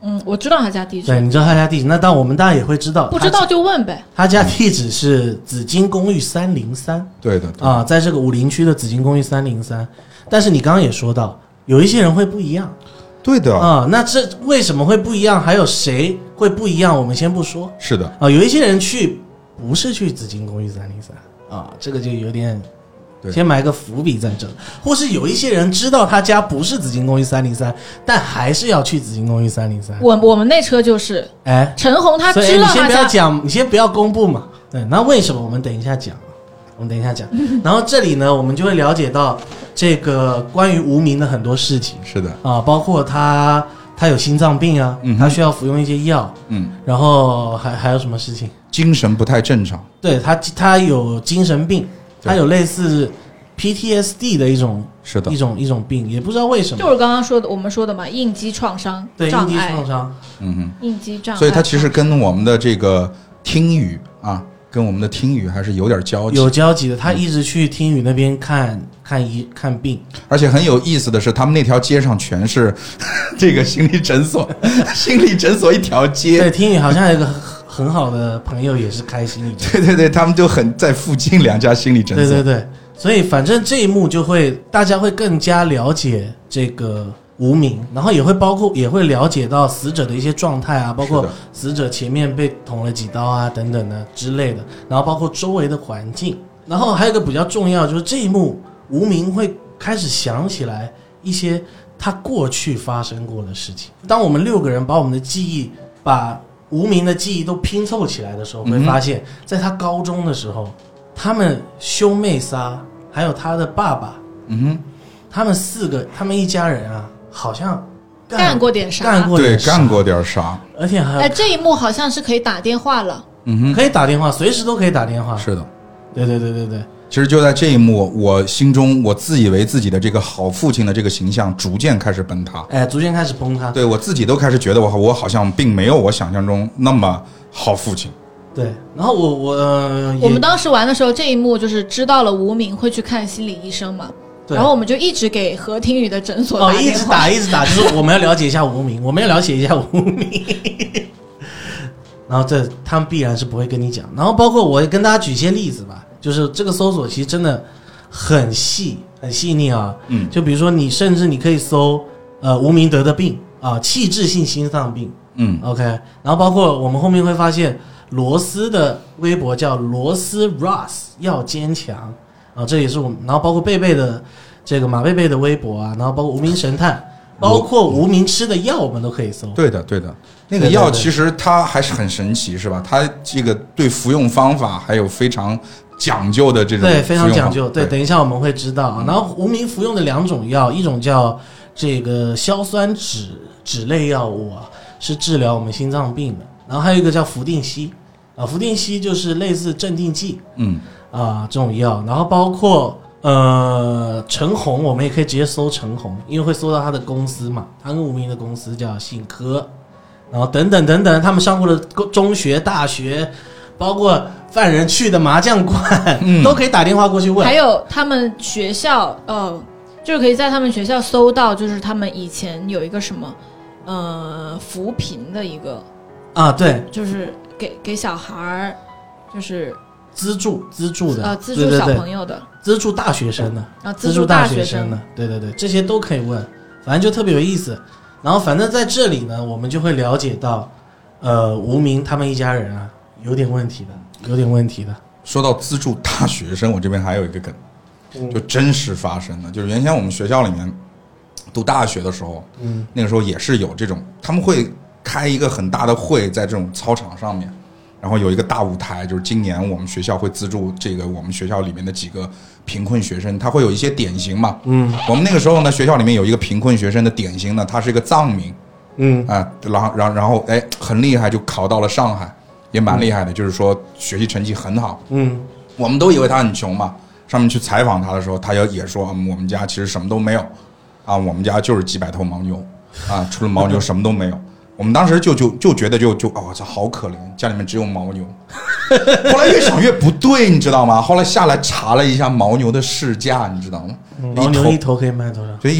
嗯，我知道他家地址。 对，你知道他家地址，那当我们当然也会知道。 不知道就问呗。 他家地址是紫金公寓三零三。 对的。 啊，在这个武林区的紫金公寓三零三。但是你刚刚也说到，有一些人会不一样。 对的。 啊，那这为什么会不一样？还有谁会不一样？我们先不说。 是的。 啊，有一些人去不是去紫金公寓三零三啊，这个就有点。先埋个伏笔在这，或是有一些人知道他家不是紫金公寓三零三，但还是要去紫金公寓三零三。 我我们那车就是， 哎， 陈红他知道他家。 你先不要讲，你先不要公布嘛。对，那为什么我们等一下讲？我们等一下讲。然后这里呢，我们就会了解到这个关于无名的很多事情。 是的啊，包括他他有心脏病啊，嗯、他需要服用一些药，嗯，然后还还有什么事情？ 精神不太正常。 对他，他有精神病。它有类似 P T S D 的一种是的一种一种病，也不知道为什么， 就是刚刚说的我们说的嘛，应激创伤对障碍， 应激创伤， 嗯哼， 应激障碍， 所以它其实跟我们的这个听语啊，跟我们的听语还是有点交集， 有交集的。他一直去听语那边看看医看病， 而且很有意思的是，他们那条街上全是这个心理诊所，心理诊所一条街。 对，听语好像有一个很好的朋友也是开心理诊所， 对对对，他们就很在附近两家心理诊所。 对对对，所以反正这一幕就会大家会更加了解这个无名，然后也会包括也会了解到死者的一些状态啊，包括死者前面被捅了几刀啊等等的之类的，然后包括周围的环境，然后还有一个比较重要就是这一幕无名会开始想起来一些他过去发生过的事情。当我们六个人把我们的记忆把无名的记忆都拼凑起来的时候，会发现在他高中的时候，他们兄妹仨还有他的爸爸， 嗯哼， 他们四个他们一家人啊好像 干, 干过点啥干过点对干过点啥， 而且还哎，这一幕好像是可以打电话了， 嗯哼， 可以打电话，随时都可以打电话。 是的， 对对对对对。 其实就在这一幕，我心中我自以为自己的这个好父亲的这个形象逐渐开始崩塌， 哎，逐渐开始崩塌。 对，我自己都开始觉得我我好像并没有我想象中那么好父亲。 对，然后我我、呃、 我们当时玩的时候，这一幕就是知道了无名会去看心理医生嘛，然后我们就一直给何听雨的诊所打电话， 哦，一直打一直打，就是我们要了解一下无名，我们要了解一下无名。然后这他们必然是不会跟你讲，然后包括我跟大家举一些例子吧。就是这个搜索其实真的很细很细腻啊，嗯，就比如说你甚至你可以搜呃无名得的病啊，器质性心脏病，嗯 ，OK， 然后包括我们后面会发现罗斯的微博叫罗斯 Ross 要坚强啊，这也是我们，然后包括贝贝的这个马贝贝的微博啊，然后包括无名神探，包括无名吃的药我们都可以搜。 对的对的，那个药其实它还是很神奇是吧？它这个对服用方法还有非常讲究的这种， 对，非常讲究。对，等一下我们会知道啊。然后无名服用的两种药，一种叫这个硝酸酯酯类药物啊，是治疗我们心脏病的。然后还有一个叫氟定西啊，氟定西就是类似镇定剂，嗯啊这种药。然后包括呃陈红，我们也可以直接搜陈红，因为会搜到他的公司嘛，他跟无名的公司叫信科，然后等等等等，他们上过的中学、大学。包括犯人去的麻将馆、嗯、都可以打电话过去问， 还有他们学校呃，就是可以在他们学校搜到，就是他们以前有一个什么呃扶贫的一个啊，对， 就是给给小孩就是资助资助的呃资助小朋友的， 资助大学生的啊， 资助大学生的，对对对，这些都可以问，反正就特别有意思。然后反正在这里呢，我们就会了解到呃无名他们一家人啊有点问题的，有点问题的。 说到资助大学生，我这边还有一个梗，就真实发生的，就是原先我们学校里面读大学的时候，嗯，那个时候也是有这种，他们会开一个很大的会，在这种操场上面，然后有一个大舞台，就是今年我们学校会资助这个我们学校里面的几个贫困学生，他会有一些点型嘛，嗯，我们那个时候呢，学校里面有一个贫困学生的点型呢，他是一个藏民，嗯啊，然后然后然后哎，很厉害，就考到了上海。也蛮厉害的，就是说学习成绩很好。嗯，我们都以为他很穷嘛。上面去采访他的时候，他也也说、嗯、我们家其实什么都没有，啊，我们家就是几百头牦牛，啊，除了牦牛什么都没有。我们当时就就就觉得就就哦，这好可怜，家里面只有牦牛。后来越想越不对，你知道吗？后来下来查了一下牦牛的市价，你知道吗？ 牦牛一头可以卖多少？ 所以一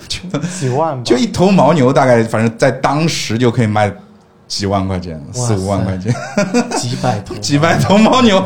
几万吧， 就一头牦牛，大概反正在当时就可以卖几万块钱，四五万块钱， 几百头， 几百头牦牛，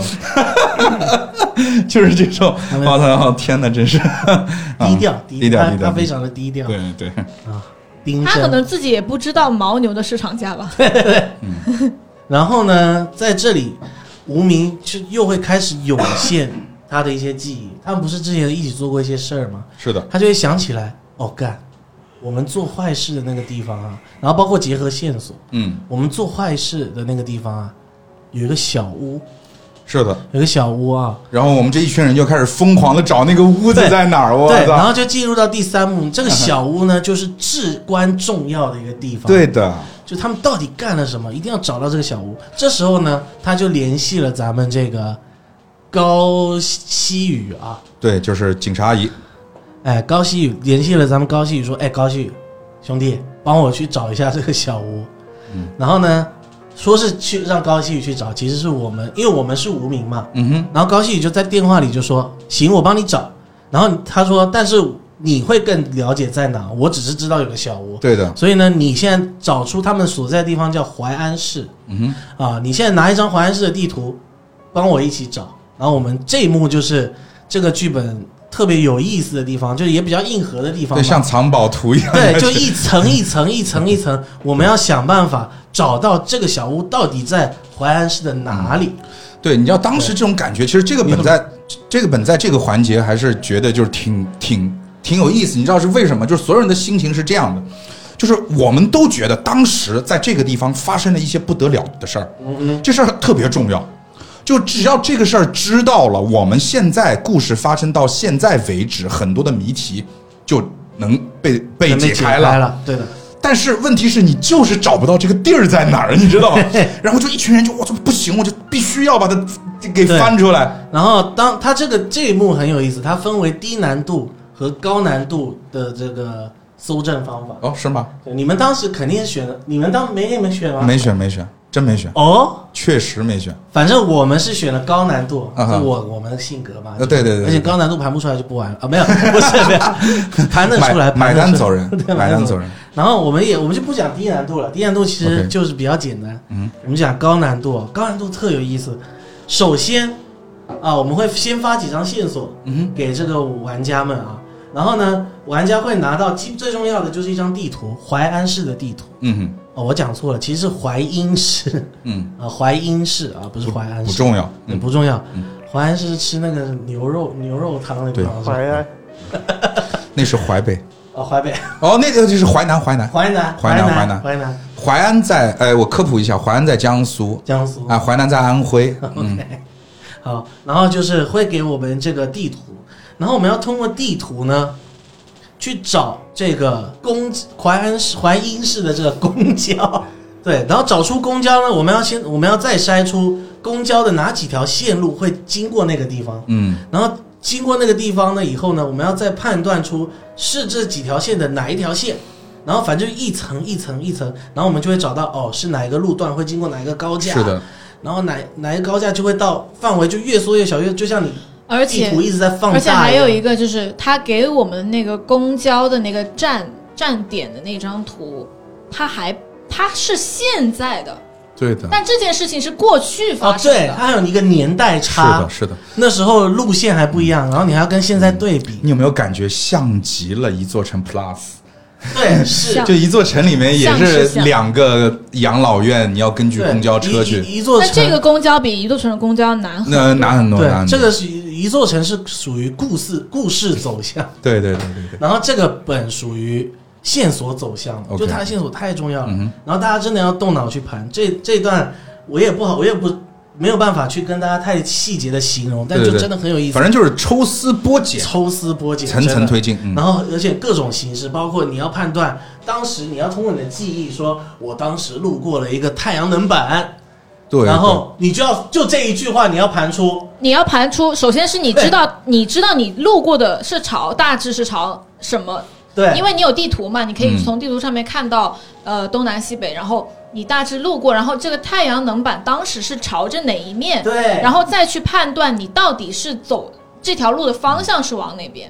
就是这种。我操！天哪，真是低调， 低调，低调， 他非常的低调。 对对啊， 他可能自己也不知道牦牛的市场价吧。 对对对，嗯。然后呢，在这里，无名就又会开始涌现他的一些记忆。他们不是之前一起做过一些事儿吗？ 是的， 他就会想起来，哦，干。我们做坏事的那个地方啊，然后包括结合线索， 嗯， 我们做坏事的那个地方啊，有一个小屋， 是的， 有个小屋啊， 然后我们这一群人就开始疯狂的找那个屋子在哪儿，我对，然后就进入到第三幕，这个小屋呢，就是至关重要的一个地方， 对的， 就他们到底干了什么，一定要找到这个小屋。这时候呢，他就联系了咱们这个高希宇啊， 对，就是警察阿姨。 哎，高希宇联系了咱们高希宇说：“哎，高希宇兄弟，帮我去找一下这个小屋。”嗯，然后呢，说是去让高希宇去找，其实是我们，因为我们是无名嘛。 嗯哼。 然后高希宇就在电话里就说：“行，我帮你找。”然后他说：“但是你会更了解在哪？我只是知道有个小屋。” 对的。 所以呢，你现在找出他们所在的地方叫淮安市。 嗯哼。啊，你现在拿一张淮安市的地图，帮我一起找。然后我们这一幕就是这个剧本特别有意思的地方，就是也比较硬核的地方， 对，像藏宝图一样， 对，就一层一层一层一层，我们要想办法找到这个小屋到底在淮安市的哪里。 嗯、对，你知道当时这种感觉，其实这个本在这个本在这个环节还是觉得就是挺挺挺有意思。你知道是为什么？就是所有人的心情是这样的，就是我们都觉得当时在这个地方发生了一些不得了的事儿，嗯、这事儿特别重要。就只要这个事儿知道了，我们现在故事发生到现在为止，很多的谜题就能被被解开了。 解开了，对的。 但是问题是你就是找不到这个地儿在哪儿，你知道吗？然后就一群人就我说不行，我就必须要把它给翻出来。 然后当他这个这一幕很有意思，它分为低难度和高难度的这个搜证方法。 哦，是吗？ 你们当时肯定是选的，你们当没你们选吗？ 没选，没选。真没选哦， 确实没选。 反正我们是选了高难度， 啊、 就我我们的性格嘛。 啊，对对 对, 对。 而且高难度盘不出来就不玩了啊，没有，不是没有，盘得出来， 买单走人，买单走人。 然后我们也我们就不讲低难度了，低难度其实就是比较简单。嗯，我们讲高难度，高难度特有意思。首先啊，我们会先发几张线索，嗯，给这个玩家们啊。然后呢，玩家会拿到最重要的就是一张地图，淮安市的地图。 嗯哼， 哦，我讲错了，其实是淮阴市。嗯，啊，淮阴市啊，不是淮安市， 不重要， 嗯，不重要。嗯，淮安市是吃那个牛肉牛肉汤那个地方。 淮安， 那是淮北。 哦，淮北。 哦，那个就是淮南，淮南， 淮南， 淮南，淮南， 淮南。 淮安在，哎，我科普一下，淮安在江苏， 江苏啊，淮南在安徽。 嗯、OK， 好，然后就是会给我们这个地图。然后我们要通过地图呢，去找这个公淮安市淮阴市的这个公交，对，然后找出公交呢，我们要先我们要再筛出公交的哪几条线路会经过那个地方，嗯，然后经过那个地方呢以后呢，我们要再判断出是这几条线的哪一条线，然后反正一层一层一层，然后我们就会找到哦是哪一个路段会经过哪一个高架， 是的， 然后哪哪一个高架就会到范围就越缩越小，越就像你。 而且地图一直在放大， 而且还有一个就是他给我们那个公交的那个站站点的那张图，它还它是现在的， 对的， 但这件事情是过去发生的， 哦、对，它还有一个年代差， 是的，是的， 那时候路线还不一样，然后你还要跟现在对比， 你有没有感觉像极了一座城 Plus？ 对，是就一座城里面也是两个养老院，你要根据公交车去。 一, 一座城， 那这个公交比一座城的公交难很多， 那难很多。 对，这个是一座城是属于故事故事走向， 对对对对对。 然后这个本属于线索走向， okay, 就它的线索太重要了。 嗯、 然后大家真的要动脑去盘。这这段我也不好，我也不。没有办法去跟大家太细节的形容，但就真的很有意思。 反正就是抽丝剥茧， 抽丝剥茧， 层层推进。嗯、 然后，而且各种形式，包括你要判断当时，你要通过你的记忆说，我当时路过了一个太阳能板， 对， 然后你就要就这一句话，你要盘出， 你要盘出，首先是你知道，你知道你路过的是朝，大致是朝什么？ 对， 因为你有地图嘛，你可以从地图上面看到、嗯、呃东南西北，然后。你大致路过，然后这个太阳能板当时是朝着哪一面？ 对， 然后再去判断你到底是走这条路的方向是往哪边。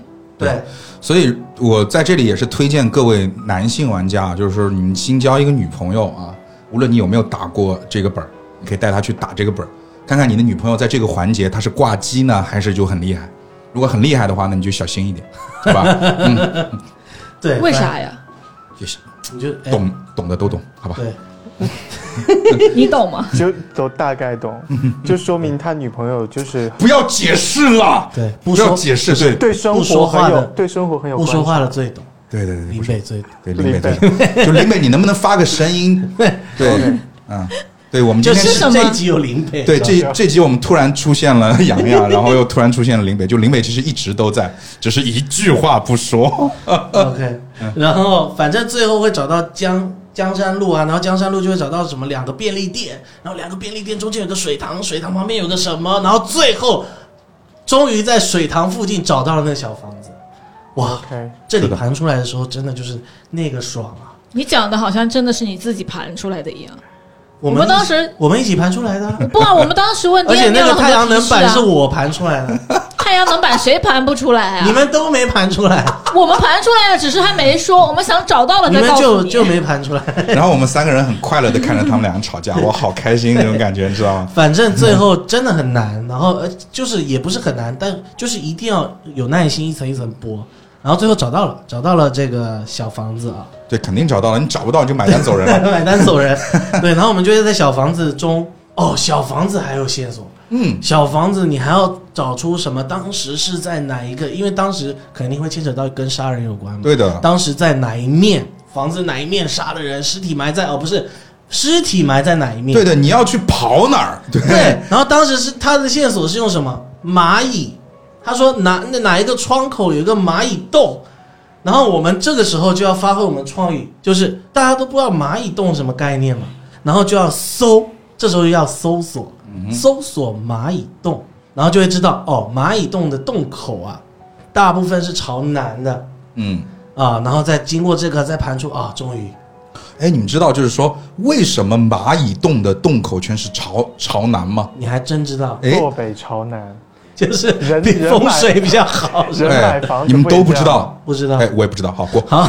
对吧？所以我在这里也是推荐各位男性玩家，就是说你新交一个女朋友啊，无论你有没有打过这个本，你可以带她去打这个本，看看你的女朋友在这个环节她是挂机呢，还是就很厉害。如果很厉害的话，那你就小心一点，是吧？嗯， 对，为啥呀？ 也是，你就懂懂的都懂，好吧？ 对。 你懂吗？ 就都大概懂，就说明他女朋友就是不要解释了， 对， 不要解释，对， 对生活很有，对生活很有， 不说话的最懂， 对对对， 林北最懂， 对林北最懂，就林北，你能不能发个声音？对对，嗯。对，我们今天是这一集有林北， 对，这这集我们突然出现了洋洋，然后又突然出现了林北，就林北其实一直都在，只是一句话不说。 OK， 然后反正最后会找到江江山路啊，然后江山路就会找到什么两个便利店，然后两个便利店中间有个水塘，水塘旁边有个什么，然后最后终于在水塘附近找到了那个小房子。哇， okay, 这里盘出来的时候真的就是那个爽啊！ 你讲的好像真的是你自己盘出来的一样。 我 们, 我们当时我们一起盘出来的， 不啊，我们当时问， 而且那个太阳能板是我盘出来的， 太阳能板谁盘不出来啊？ 你们都没盘出来， 我们盘出来了，只是还没说，我们想找到了再告诉你。 你们就就没盘出来。 然后我们三个人很快乐的看着他们两个吵架，我好开心那种感觉，你知道吗？ 反正最后真的很难，然后呃就是也不是很难，但就是一定要有耐心，一层一层剥。然后最后找到了，找到了这个小房子啊。 对，肯定找到了，你找不到你就买单走人了。 买单走人。对，然后我们就会在小房子中，哦，小房子还有线索。嗯，小房子你还要找出什么？当时是在哪一个？因为当时肯定会牵扯到跟杀人有关嘛。 对的。 当时在哪一面？房子哪一面杀了人？尸体埋在哦，不是，尸体埋在哪一面？ 对的，你要去刨哪儿？对。 对。然后当时是他的线索是用什么？蚂蚁。他说哪哪一个窗口有一个蚂蚁洞，然后我们这个时候就要发挥我们创意，就是大家都不知道蚂蚁洞什么概念嘛，然后就要搜，这时候要搜索，搜索蚂蚁洞，然后就会知道哦，蚂蚁洞的洞口啊，大部分是朝南的，嗯啊，然后再经过这个再盘出啊，终于， 哎，你们知道就是说为什么蚂蚁洞的洞口全是朝朝南吗？ 你还真知道， 坐北朝南。 就是风水比较好， 人买房你们都不知道， 不知道， 哎，我也不知道。好过， 好，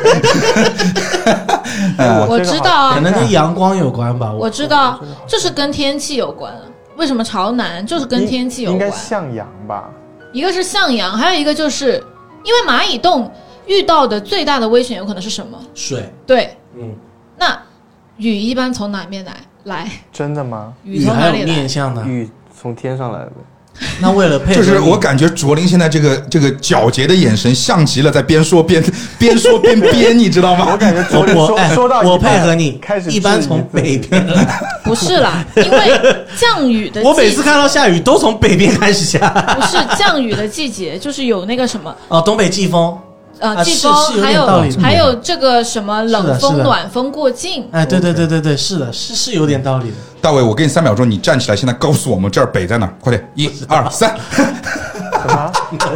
我知道啊， 可能跟阳光有关吧。 我知道，这是跟天气有关。为什么朝南？就是跟天气有关。 应该向阳吧？ 一个是向阳，还有一个就是因为蚂蚁洞遇到的最大的危险有可能是什么？ 水。 对，嗯，那雨一般从哪边来？来？ 真的吗？ 雨从哪里来？ 面向的， 雨从天上来的。 那为了配合， 就是我感觉卓林现在这个这个皎洁的眼神，像极了在边说边边说边编，你知道吗？ 我感觉卓林说哎说到我配合你， 开始一般从北边来， 不是啦，因为降雨的季节， 我每次看到下雨都从北边开始下， 不是降雨的季节，就是有那个什么哦，东北季风。 呃，季风、啊、还有还有这个什么冷风暖风过境， 哎，对对对对对，是的，是是有点道理的。 大伟，我给你三秒钟，你站起来，现在告诉我们这儿北在哪儿？快点，一二三。 什么？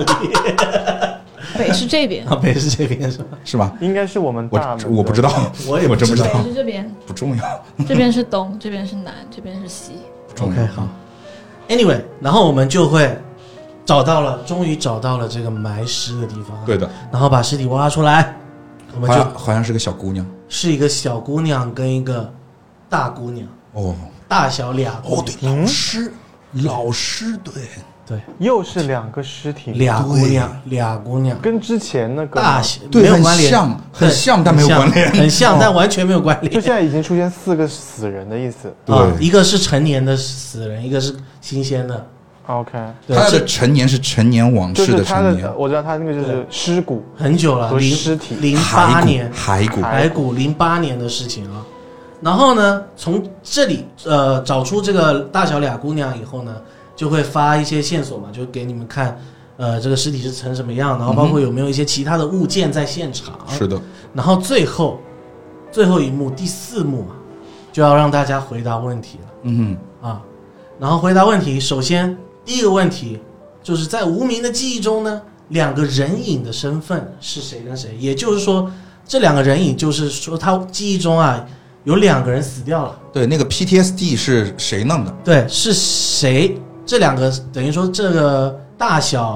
北是这边啊，北是这边是吧？ 是吧？ 应该是我们大我我不知道， 我也我真不知道。 北是这边， 不重要。 这边是东，这边是南，这边是西。 OK， 好。Anyway， 然后我们就会。找到了，终于找到了这个埋尸的地方。 对的， 然后把尸体挖出来，我们就好像是个小姑娘， 是一个小姑娘跟一个大姑娘哦， 大小俩姑娘。 哦，对，老师，老师，对对， 又是两个尸体， 俩姑娘，俩姑娘， 跟之前那个大小没有关联，像很像但没有关联， 很像但完全没有关联。 就现在已经出现四个死人的意思， 对， 一个是成年的死人，一个是新鲜的。 OK， 他的成年是成年往事的成年， 我知道他那个就是尸骨， 很久了， 和尸体， 零八年骸骨， 骸骨零八年的事情啊。然后呢，从这里呃找出这个大小俩姑娘以后呢，就会发一些线索嘛，就给你们看，呃，这个尸体是成什么样，然后包括有没有一些其他的物件在现场。 嗯、是的。 然后最后最后一幕第四幕啊，就要让大家回答问题了。 嗯啊，然后回答问题，首先。第一个问题就是在无名的记忆中呢，两个人影的身份是谁跟谁？也就是说，这两个人影就是说他记忆中啊有两个人死掉了。 对，那个 P T S D 是谁弄的？ 对，是谁？这两个等于说这个大小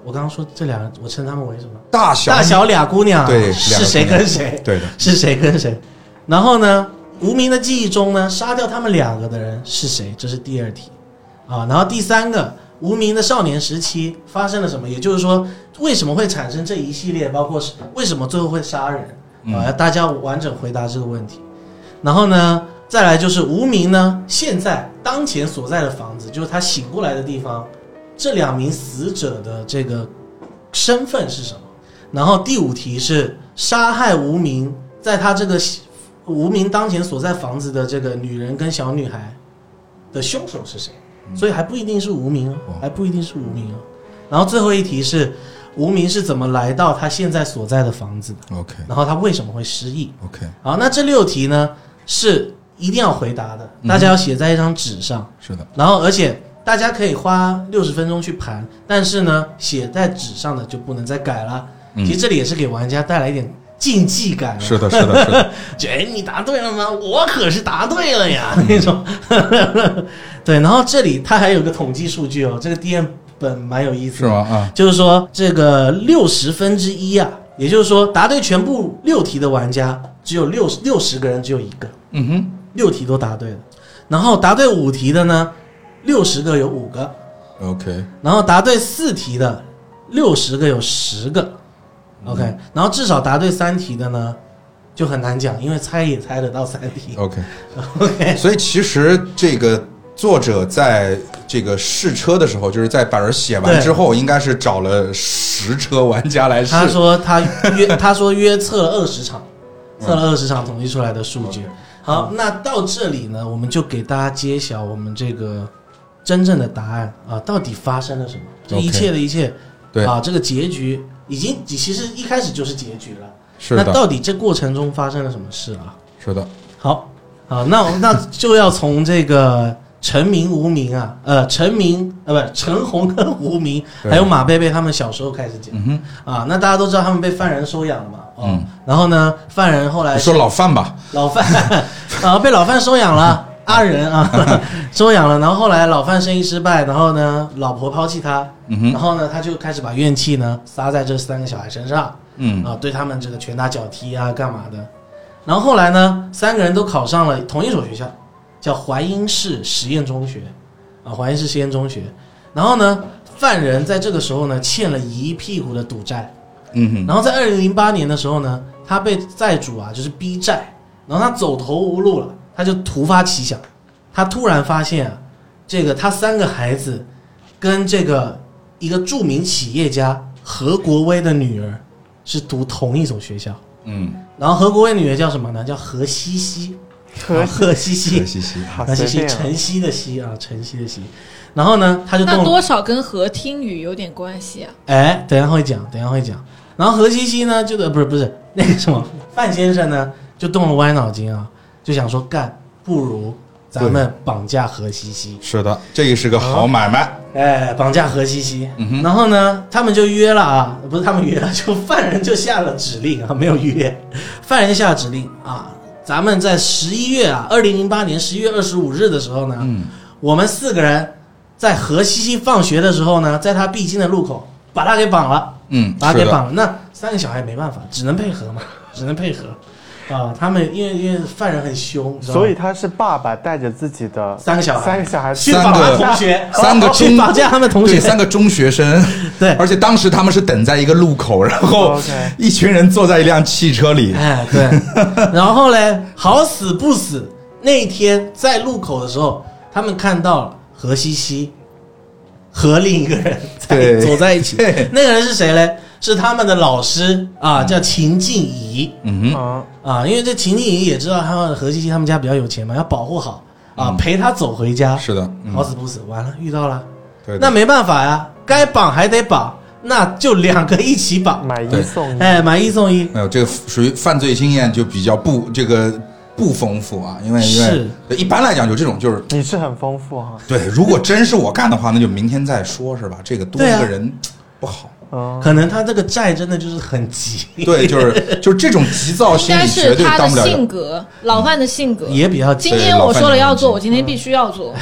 我刚刚说这两个，我称他们为什么？ 大小大小俩姑娘， 对， 是谁跟谁？ 对的， 是谁跟谁？然后呢，无名的记忆中呢，杀掉他们两个的人是谁？这是第二题啊。然后第三个，无名的少年时期发生了什么？也就是说，为什么会产生这一系列，包括为什么最后会杀人啊？大家完整回答这个问题。然后呢，再来就是无名呢，现在当前所在的房子，就是他醒过来的地方。这两名死者的这个身份是什么？然后第五题是杀害无名，在他这个无名当前所在房子的这个女人跟小女孩的凶手是谁？所以还不一定是无名哦，还不一定是无名哦。然后最后一题是无名是怎么来到他现在所在的房子的 ？OK。 然后他为什么会失忆 ？OK。 好，那这六题呢是一定要回答的，大家要写在一张纸上。 嗯、是的。 然后而且。大家可以花六十分钟去盘，但是呢，写在纸上的就不能再改了。嗯、其实这里也是给玩家带来一点竞技感。 是的，是的，是的。 就哎，你答对了吗？我可是答对了呀，那种。对，然后这里它还有个统计数据哦，这个 D M 本蛮有意思的。 是吗？啊， 就是说这个六十分之一啊，也就是说答对全部六题的玩家只有六六十个人，只有一个。 嗯哼， 六题都答对了，然后答对五题的呢？六十个有五个 ，OK， 然后答对四题的六十个有十个 ，OK，、嗯、然后至少答对三题的呢就很难讲，因为猜也猜得到三题 ，OK，OK，、 okay. 所以其实这个作者在这个试车的时候，就是在把人写完之后，应该是找了实车玩家来试。 他说他约他说约测了二十场，测了二十场统计出来的数据。好，那到这里呢，我们就给大家揭晓我们这个。真正的答案啊，到底发生了什么？这一切的一切， okay, 对啊，这个结局已经其实一开始就是结局了。 是的。 那到底这过程中发生了什么事啊？ 是的。 好，好，那那就要从这个陈明、无名啊，呃，陈明呃不，陈红跟无名，还有马贝贝他们小时候开始讲。 嗯哼。啊，那大家都知道他们被犯人收养了嘛？哦、嗯。然后呢，犯人后来你说老范吧， 老范啊，被老范收养了。阿仁啊，收养了，然后后来老范生意失败，然后呢，老婆抛弃他， 嗯、 然后呢，他就开始把怨气呢撒在这三个小孩身上， 嗯啊，对他们这个拳打脚踢啊，干嘛的？然后后来呢，三个人都考上了同一所学校，叫淮阴市实验中学，啊，淮阴市实验中学。然后呢，犯人在这个时候呢欠了一屁股的赌债， 嗯哼， 然后在二零零八年的时候呢，他被债主啊就是逼债，然后他走投无路了。他就突发奇想，他突然发现啊，这个他三个孩子跟这个一个著名企业家何国威的女儿是读同一所学校， 嗯， 然后何国威女儿叫什么呢？叫何西西， 何何西西， 何西西， 何西西，晨曦的曦啊，晨曦的曦。然后呢，他就动那多少跟何听雨有点关系啊？ 哎，等一下会讲，等一下会讲。然后何西西呢，就不是不是那个什么范先生呢，就动了歪脑筋啊。就想说干，不如咱们绑架何西西。 是的，这个是个好买卖。 哎，绑架何西西、 嗯。 然后呢，他们就约了啊，不是他们约了，就犯人就下了指令啊，没有约，犯人就下了指令啊，咱们在十一月啊，二零零八年十一月二十五日的时候呢， 嗯， 我们四个人在何西西放学的时候呢，在他必经的路口把他给绑了， 嗯， 把他给绑了。那三个小孩没办法，只能配合嘛，只能配合。啊，他们因为因为犯人很凶， 所以他是爸爸带着自己的三个小孩， 三个小孩去绑架同学， 三个去绑架他们同学， 对，三个中学生， 对， 而且当时他们是等在一个路口，然后一群人坐在一辆汽车里， 哎，对，然后嘞，好死不死，那天在路口的时候，他们看到了何西西和另一个人在走在一起，那个人是谁嘞？是他们的老师啊，叫秦静怡。 嗯哼啊，因为这秦静怡也知道他们何西西他们家比较有钱嘛，要保护好啊，嗯、陪他走回家。 是的， 嗯、好死不死，完了遇到了， 对， 那没办法呀，该绑还得绑，那就两个一起绑， 买一送一。 哎，买一送一。 没有这个属于犯罪经验就比较不这个。不丰富啊，因为因为一般来讲就这种就是你是很丰富哈、啊。 对，如果真是我干的话，那就明天再说，是吧？这个多一个人不好。 嗯，可能他这个债真的就是很急。 对，就是就是这种急躁心理绝对当不了。 应该是他的性格，老范的性格也比较急。 今天我说了要做，我今天必须要做。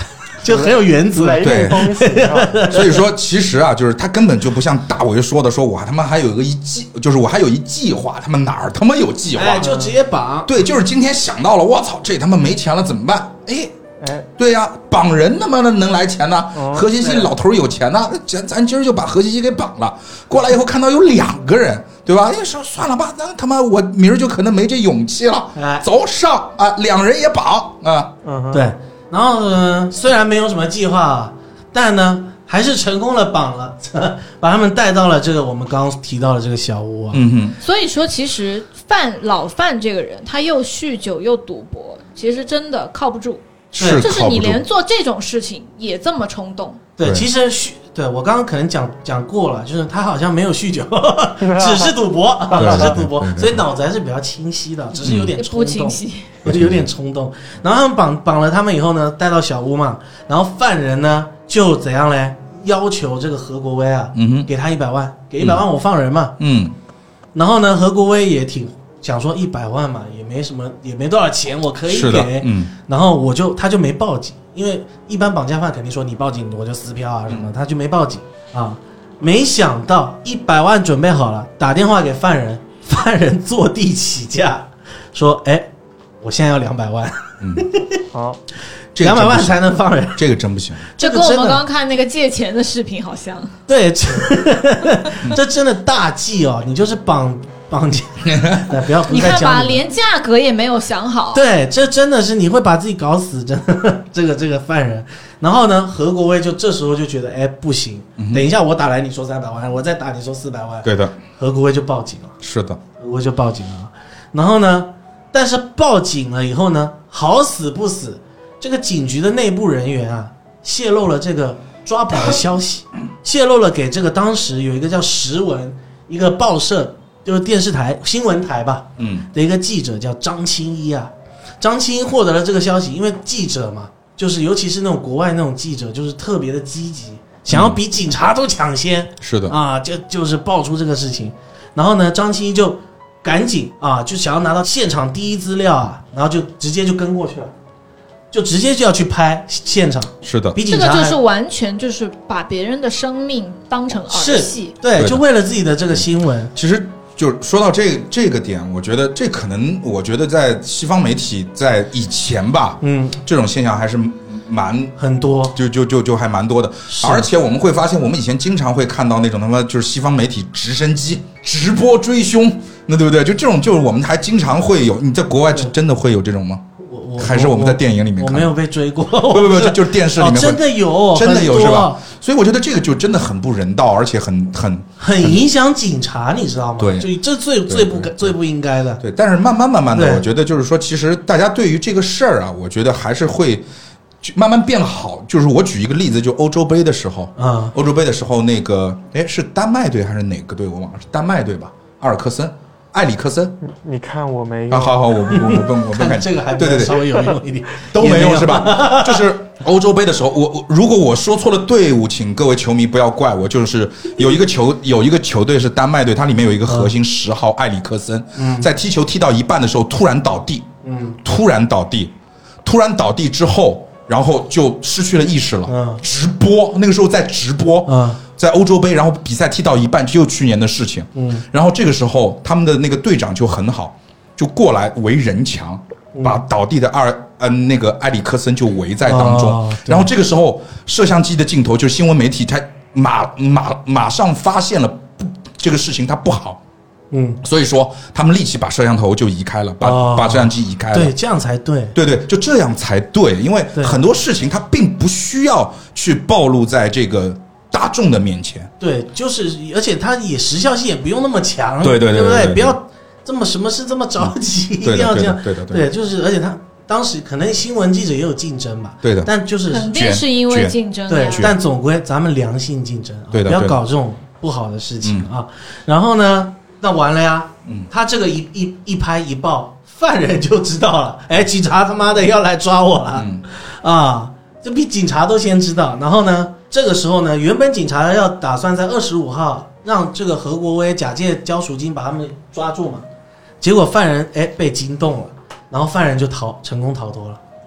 就很有原则。 对，所以说其实啊，就是他根本就不像大伟说的，说我他妈还有一个一计，就是我还有一计划，他们哪儿他妈有计划？ 哎，就直接绑。 对，就是今天想到了，我操，这他妈没钱了怎么办？哎。哎，对呀、啊，绑人他妈的能来钱呢？哦、何西西老头有钱呢，咱咱今儿就把何西西给绑了。过来以后看到有两个人，对吧？哎，说算了吧，咱他妈我明儿就可能没这勇气了。哎，走上啊，两人也绑啊。 嗯，对。然后呢，虽然没有什么计划，但呢，还是成功了绑了，把他们带到了这个我们刚刚提到的这个小屋啊。 嗯哼。 所以说，其实范老范这个人，他又酗酒又赌博，其实真的靠不住。 是， 就是你连做这种事情也这么冲动。 对，其实酗，对我刚刚可能讲讲过了，就是他好像没有酗酒，只是赌博，只是赌博，所以脑子还是比较清晰的，只是有点冲动， 不清晰， 我就有点冲动。然后他们绑绑了他们以后呢，带到小屋嘛，然后犯人呢就怎样嘞？要求这个何国威啊，嗯哼，给他一百万，给一百万我放人嘛，嗯。然后呢，何国威也挺。想说一百万嘛，也没什么，也没多少钱，我可以给。嗯，然后我就他就没报警，因为一般绑架犯肯定说你报警我就撕票啊什么，嗯、他就没报警啊。没想到一百万准备好了，打电话给犯人，犯人坐地起价，说：“哎，我现在要两百万。”嗯，好，两百万才能放人， 这个真不行。 这跟我们刚刚看那个借钱的视频好像。 对，这, 这真的大忌哦！你就是绑。绑架，不要你看吧，连价格也没有想好。 对，这真的是你会把自己搞死，真的这个这个犯人。然后呢，何国威就这时候就觉得，哎，不行，嗯、等一下我打来你说三百万，我再打你说四百万。 对的， 何国威就报警了。 是的， 何国威就报警了。然后呢，但是报警了以后呢，好死不死，这个警局的内部人员啊，泄露了这个抓捕的消息，泄露了给这个当时有一个叫时闻一个报社。就是电视台新闻台吧，嗯，的一个记者叫张清一啊，张清一获得了这个消息，因为记者嘛，就是尤其是那种国外那种记者，就是特别的积极，想要比警察都抢先， 嗯、是的啊，就就是爆出这个事情，然后呢，张清一就赶紧啊，就想要拿到现场第一资料啊，然后就直接就跟过去了。就直接就要去拍现场， 是的， 比警察这个就是完全就是把别人的生命当成儿戏， 对，对就为了自己的这个新闻。 其实就说到这这个点，我觉得这可能，我觉得在西方媒体在以前吧，嗯，这种现象还是蛮很多， 就就就就还蛮多的。而且我们会发现，我们以前经常会看到那种他妈就是西方媒体直升机直播追凶，那对不对？就这种，就是我们还经常会有。你在国外真的会有这种吗？还是我们在电影里面看， 我没有被追过， 不不不，就是电视里面、 哦、真的有， 真的有是吧？所以我觉得这个就真的很不人道，而且很很很影响警察，你知道吗？ 对， 就这最最不最不应该的。 对，但是慢慢慢慢的，我觉得就是说，其实大家对于这个事儿啊，我觉得还是会慢慢变好。就是我举一个例子，就欧洲杯的时候，啊、嗯，欧洲杯的时候，那个哎是丹麦队还是哪个队？我忘了，是丹麦队吧？阿尔克森。埃里克森， 你看我没有，啊、好好，我我我不我不看这个还对对对稍微有用一点， 都没用是吧？就是欧洲杯的时候，我我如果我说错了队伍，请各位球迷不要怪我。就是有一个球有一个球队是丹麦队，它里面有一个核心十号埃里克森，嗯、在踢球踢到一半的时候突然倒地，嗯，突然倒地，突然倒地之后，然后就失去了意识了。嗯，直播那个时候在直播，嗯。在欧洲杯，然后比赛踢到一半，就去年的事情。嗯，然后这个时候他们的那个队长就很好，就过来围人墙，把倒地的阿尔嗯那个埃里克森就围在当中。哦、然后这个时候摄像机的镜头，就是新闻媒体，他马马马上发现了不这个事情它不好。嗯，所以说他们立即把摄像头就移开了，把、哦、把摄像机移开了。 对，这样才对。 对对，就这样才对，因为很多事情它并不需要去暴露在这个大众的面前。 对，就是而且它也时效性也不用那么强， 对对 对, 对, 对不对, 对？不要这么什么事这么着急，嗯、一定要这样。 对的，对的， 对，就是而且他当时可能新闻记者也有竞争吧， 对的， 但就是肯定是因为竞争， 对，但总归咱们良性竞争， 对的， 不要搞这种不好的事情啊。然后呢，那完了呀，嗯，他这个一一一拍一爆，犯人就知道了，哎，警察他妈的要来抓我了，嗯、啊，这比警察都先知道。然后呢？这个时候呢，原本警察要打算在二十五号让这个何国威假借交赎金把他们抓住嘛，结果犯人哎被惊动了，然后犯人就逃成功逃脱了。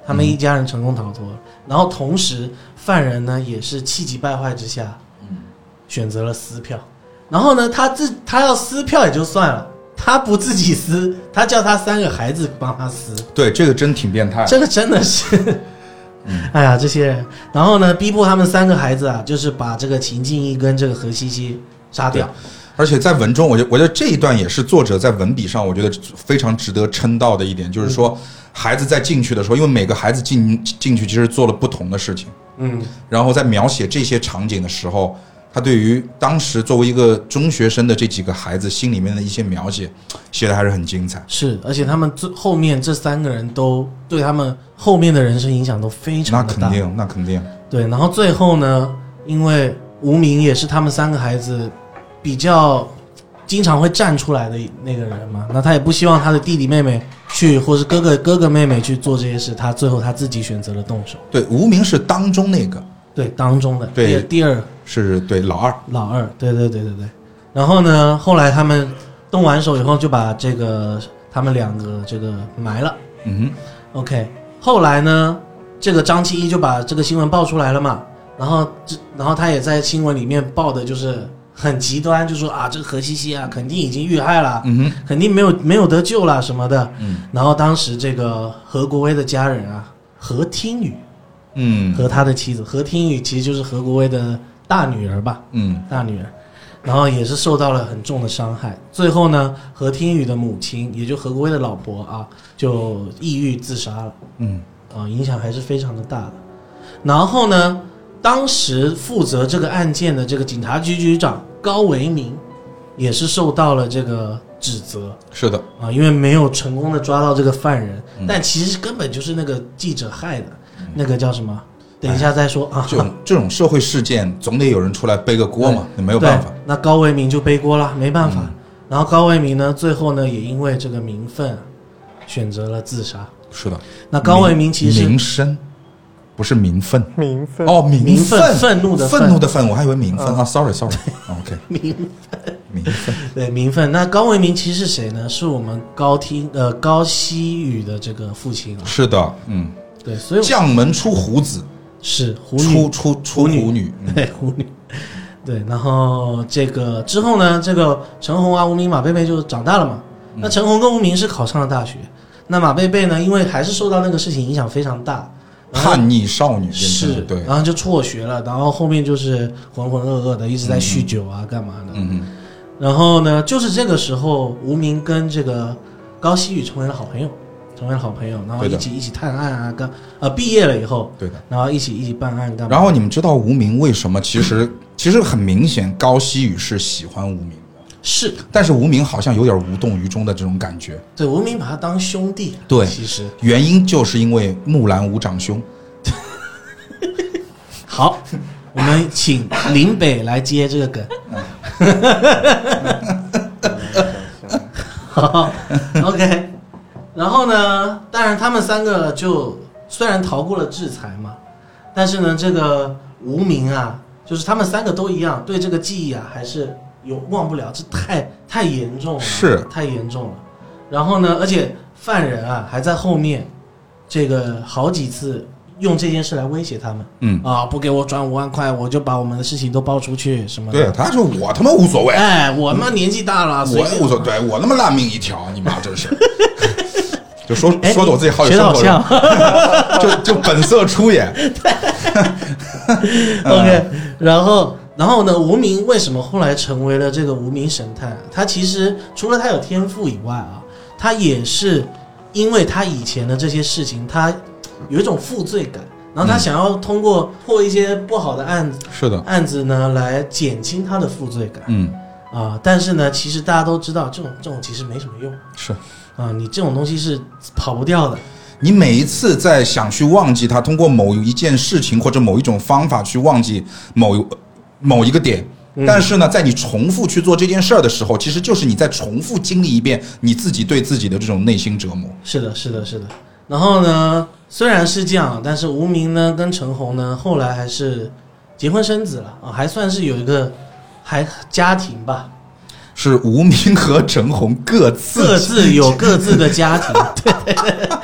他们一家人成功逃脱了。嗯、然后同时犯人呢也是气急败坏之下，嗯，选择了撕票。然后呢，他自他要撕票也就算了，他不自己撕，他叫他三个孩子帮他撕。 对，这个真挺变态， 这个真的是。哎呀，这些人，然后呢，逼迫他们三个孩子啊，就是把这个秦敬一跟这个何西西杀掉。 而且在文中，我觉得我觉得这一段也是作者在文笔上，我觉得非常值得称道的一点，就是说，孩子在进去的时候，因为每个孩子进进去其实做了不同的事情，嗯，然后在描写这些场景的时候，他对于当时作为一个中学生的这几个孩子心里面的一些描写，写的还是很精彩。 是，而且他们最后面这三个人都对他们后面的人生影响都非常的大。 那肯定，那肯定。 对，然后最后呢，因为无名也是他们三个孩子比较经常会站出来的那个人嘛，那他也不希望他的弟弟妹妹去，或是哥哥哥哥妹妹去做这些事，他最后他自己选择了动手。 对，无名是当中那个。 对，当中的。 对， 第二是对老二。 老二，对对对对对。然后呢，后来他们动完手以后，就把这个他们两个这个埋了。嗯哼 ，OK。后来呢，这个张七一就把这个新闻爆出来了嘛，然后然后他也在新闻里面报的就是很极端，就说啊，这个何西西啊，肯定已经遇害了，嗯哼，肯定没有没有得救了什么的。嗯。然后当时这个何国威的家人啊，何听雨。嗯，和他的妻子何听雨其实就是何国威的大女儿吧，嗯，大女儿，然后也是受到了很重的伤害。最后呢，何听雨的母亲，也就何国威的老婆啊，就抑郁自杀了，嗯，啊，影响还是非常的大的。然后呢，当时负责这个案件的这个警察局局长高维明，也是受到了这个指责， 是的啊，因为没有成功的抓到这个犯人，嗯、但其实根本就是那个记者害的。那个叫什么？等一下再说啊。 这种这种社会事件，总得有人出来背个锅嘛，你没有办法。 那高维明就背锅了，没办法。嗯、然后高维明呢，最后呢，也因为这个名分，选择了自杀。 是的。 那高维明其实名声，不是名分。 名分哦，名分， 愤怒的愤怒的愤，我还以为名分啊。Sorry Sorry。OK。 名分， 名分。 对，名分。那高维明其实是谁呢？是我们高听呃高希宇的这个父亲啊。 是的，嗯。 对，所以将门出虎子， 是虎女出出出虎女， 嗯、对虎女，对。然后这个之后呢，这个陈红啊、无名、马贝贝就长大了嘛。嗯、那陈红跟无名是考上了大学，那马贝贝呢，因为还是受到那个事情影响非常大， 叛逆少女是， 对， 然后就辍学了，然后后面就是浑浑噩噩的，一直在酗酒啊，嗯、干嘛的。嗯嗯。然后呢，就是这个时候，无名跟这个高希宇成为了好朋友。成为了好朋友，然后一起一起探案啊，干呃毕业了以后， 对的， 然后一起一起办案干嘛？ 然后你们知道无名为什么？其实其实很明显，高希宇是喜欢无名的， 是， 但是无名好像有点无动于衷的这种感觉。 对，无名把他当兄弟， 对， 其实原因就是因为木兰无长兄。 好，我们请林北来接这个梗。好 ，OK。然后呢，当然他们三个就虽然逃过了制裁嘛，但是呢，这个无名啊，就是他们三个都一样，对这个记忆啊还是有忘不了，这太太严重了， 是太严重了。然后呢，而且犯人啊还在后面，这个好几次用这件事来威胁他们，嗯啊，不给我转五万块，我就把我们的事情都爆出去什么的。 对，他说我他妈无所谓， 哎，我他妈年纪大了， 我无所谓，对我他妈烂命一条，你妈真是。就说说的我自己好有生活像就就本色出演。 OK， 然后然后呢，无名为什么后来成为了这个无名神探？他其实除了他有天赋以外啊，他也是因为他以前的这些事情，他有一种负罪感，然后他想要通过破一些不好的案子， 是的案子呢来减轻他的负罪感。嗯啊，但是呢，其实大家都知道，这种这种其实没什么用。 是。 啊，你这种东西是跑不掉的。 你每一次在想去忘记它，通过某一件事情或者某一种方法去忘记某某一个点，嗯、但是呢，在你重复去做这件事儿的时候，其实就是你在重复经历一遍你自己对自己的这种内心折磨。 是的，是的，是的。然后呢，虽然是这样，但是无名呢跟陈红呢后来还是结婚生子了啊，还算是有一个还家庭吧。 是无名和陈红各自各自有各自的家庭，对对对。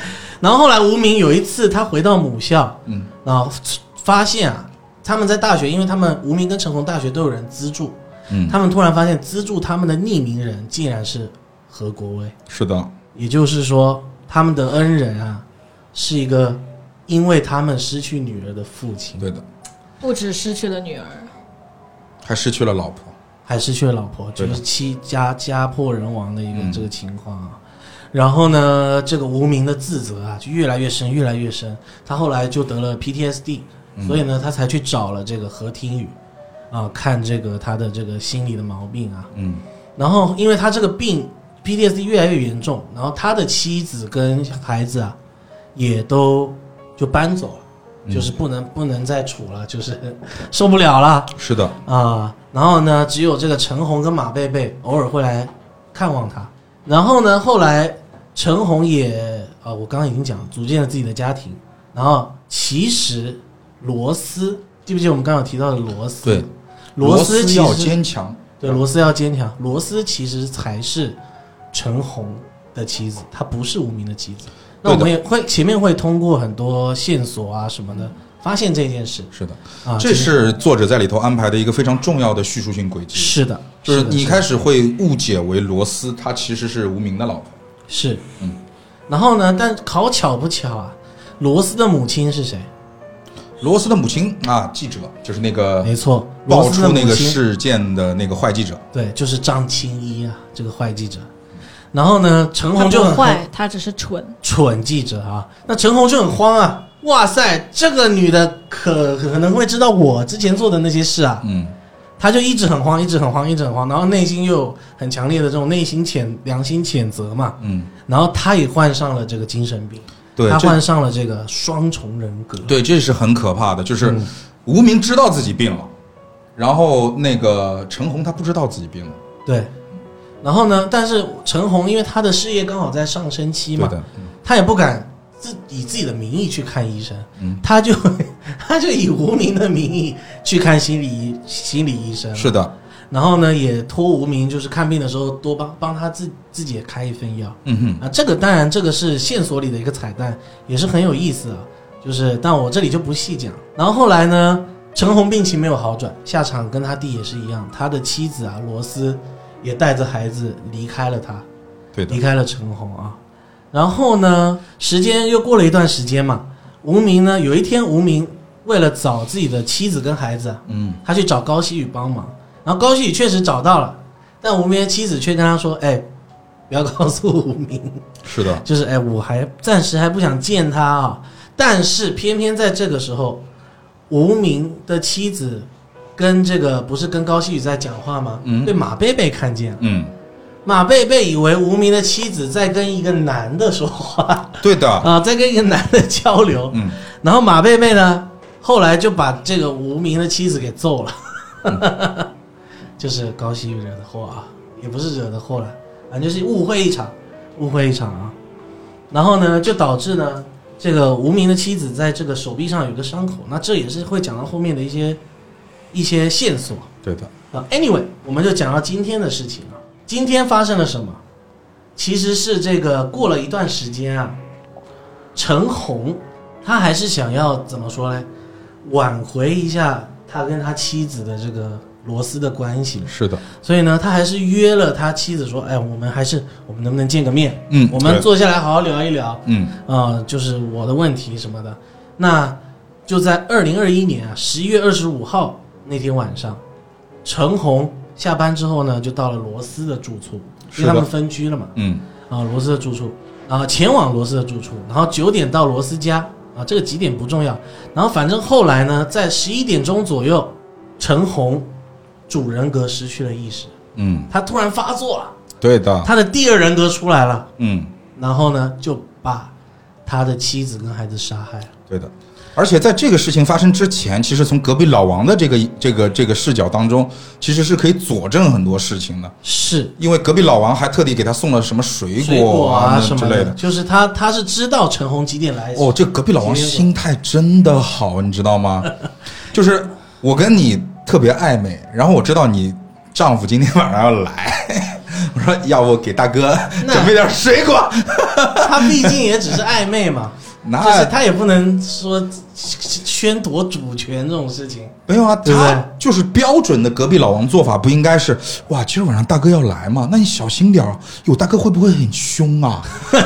然后后来无名有一次他回到母校，嗯，然后发现啊，他们在大学，因为他们无名跟陈红大学都有人资助，嗯，他们突然发现资助他们的匿名人竟然是何国威。 是的， 也就是说他们的恩人啊是一个因为他们失去女儿的父亲。 对的， 不止失去了女儿， 还失去了老婆， 还失去了老婆，就是妻家家破人亡的一个这个情况啊。嗯，然后呢，这个无名的自责啊就越来越深越来越深，他后来就得了 P T S D，嗯，所以呢他才去找了这个何听雨啊，看这个他的这个心理的毛病啊。嗯，然后因为他这个病 P T S D 越来越严重，然后他的妻子跟孩子啊也都就搬走了，嗯，就是不能不能再处了，就是受不了了。 是的啊，然后呢只有这个陈红跟马贝贝偶尔会来看望他。然后呢后来陈红也呃，我刚刚已经讲组建了自己的家庭。然后其实罗斯，记不记得我们刚刚有提到的罗斯？ 对， 罗斯其实要坚强。 对，罗斯要坚强。罗斯其实才是陈红的妻子，她不是无名的妻子。那我们也会前面会通过很多线索啊什么的发现这件事。 是的，啊，这是作者在里头安排的一个非常重要的叙述性轨迹。 是的， 就是你开始会误解为罗斯她其实是无名的老婆。 是，嗯。然后呢，但好巧不巧啊，罗斯的母亲是谁？ 罗斯的母亲啊，记者，就是那个没错， 爆出那个事件的那个坏记者。 对，就是张青一啊，这个坏记者。然后呢，陈红就很坏，他只是蠢蠢记者啊。那陈红就很慌啊，哇塞，这个女的可可能会知道我之前做的那些事啊。嗯，他就一直很慌，一直很慌，一直很慌，然后内心又有很强烈的这种内心谴良心谴责嘛。嗯，然后他也患上了这个精神病。 对， 他患上了这个双重人格。 对，这是很可怕的，就是无名知道自己病了，然后那个陈红他不知道自己病了。 对，然后呢，但是陈红因为他的事业刚好在上升期嘛， 对的， 嗯，他也不敢自以自己的名义去看医生，嗯，他就他就以无名的名义去看心理心理医生。 是的。 然后呢，也托无名，就是看病的时候多帮帮他自自己也开一份药。嗯哼，啊，这个当然这个是线索里的一个彩蛋，也是很有意思啊。就是，但我这里就不细讲。然后后来呢，陈红病情没有好转，下场跟他弟也是一样，他的妻子啊罗斯也带着孩子离开了他， 对的， 离开了陈红啊。然后呢，时间又过了一段时间嘛，无名呢有一天无名为了找自己的妻子跟孩子，嗯，他去找高希宇帮忙。然后高希宇确实找到了，但无名的妻子却跟他说：“哎，不要告诉无名。” 是的， 就是哎，我还暂时还不想见他啊。但是偏偏在这个时候，无名的妻子跟这个不是跟高希宇在讲话吗？嗯，被马贝贝看见了。嗯，马贝贝以为无名的妻子在跟一个男的说话。 对的啊，在跟一个男的交流。嗯，然后马贝贝呢，后来就把这个无名的妻子给揍了。嗯就是高希宇惹的祸啊，也不是惹的祸了，反正就是误会一场，误会一场啊。然后呢，就导致呢，这个无名的妻子在这个手臂上有个伤口，那这也是会讲到后面的一些一些线索。 对的啊 ，anyway， 我们就讲到今天的事情啊。今天发生了什么？其实是这个过了一段时间啊，陈红他还是想要怎么说呢？挽回一下他跟他妻子的这个罗斯的关系。 是的， 所以呢，他还是约了他妻子说：“哎，我们还是我们能不能见个面？ 嗯， 我们坐下来好好聊一聊。 嗯， 啊、呃，就是我的问题什么的。那就在二零二一年啊十一月二十五号那天晚上，陈红下班之后呢，就到了罗斯的住处，因为他们分居了嘛。 嗯， 啊，罗斯的住处，啊，前往罗斯的住处，然后九点到罗斯家。啊，这个几点不重要。然后反正后来呢，在十一点钟左右，陈红主人格失去了意识，嗯，他突然发作了， 对的， 他的第二人格出来了， 嗯， 然后呢，就把他的妻子跟孩子杀害了， 对的。而且在这个事情发生之前，其实从隔壁老王的这个这个这个视角当中，其实是可以佐证很多事情的。 是因为隔壁老王还特地给他送了什么水果啊, 水果啊什么之类的， 就是他他是知道陈红几点来。 哦，这隔壁老王心态真的好，你知道吗？就是我跟你特别暧昧，然后我知道你丈夫今天晚上要来， 我说要不给大哥准备点水果。 他毕竟也只是暧昧嘛，那就是他也不能说宣夺主权这种事情。 没有啊，他就是标准的隔壁老王做法，不应该是哇，今儿晚上大哥要来嘛，那你小心点儿，哟，大哥会不会很凶啊？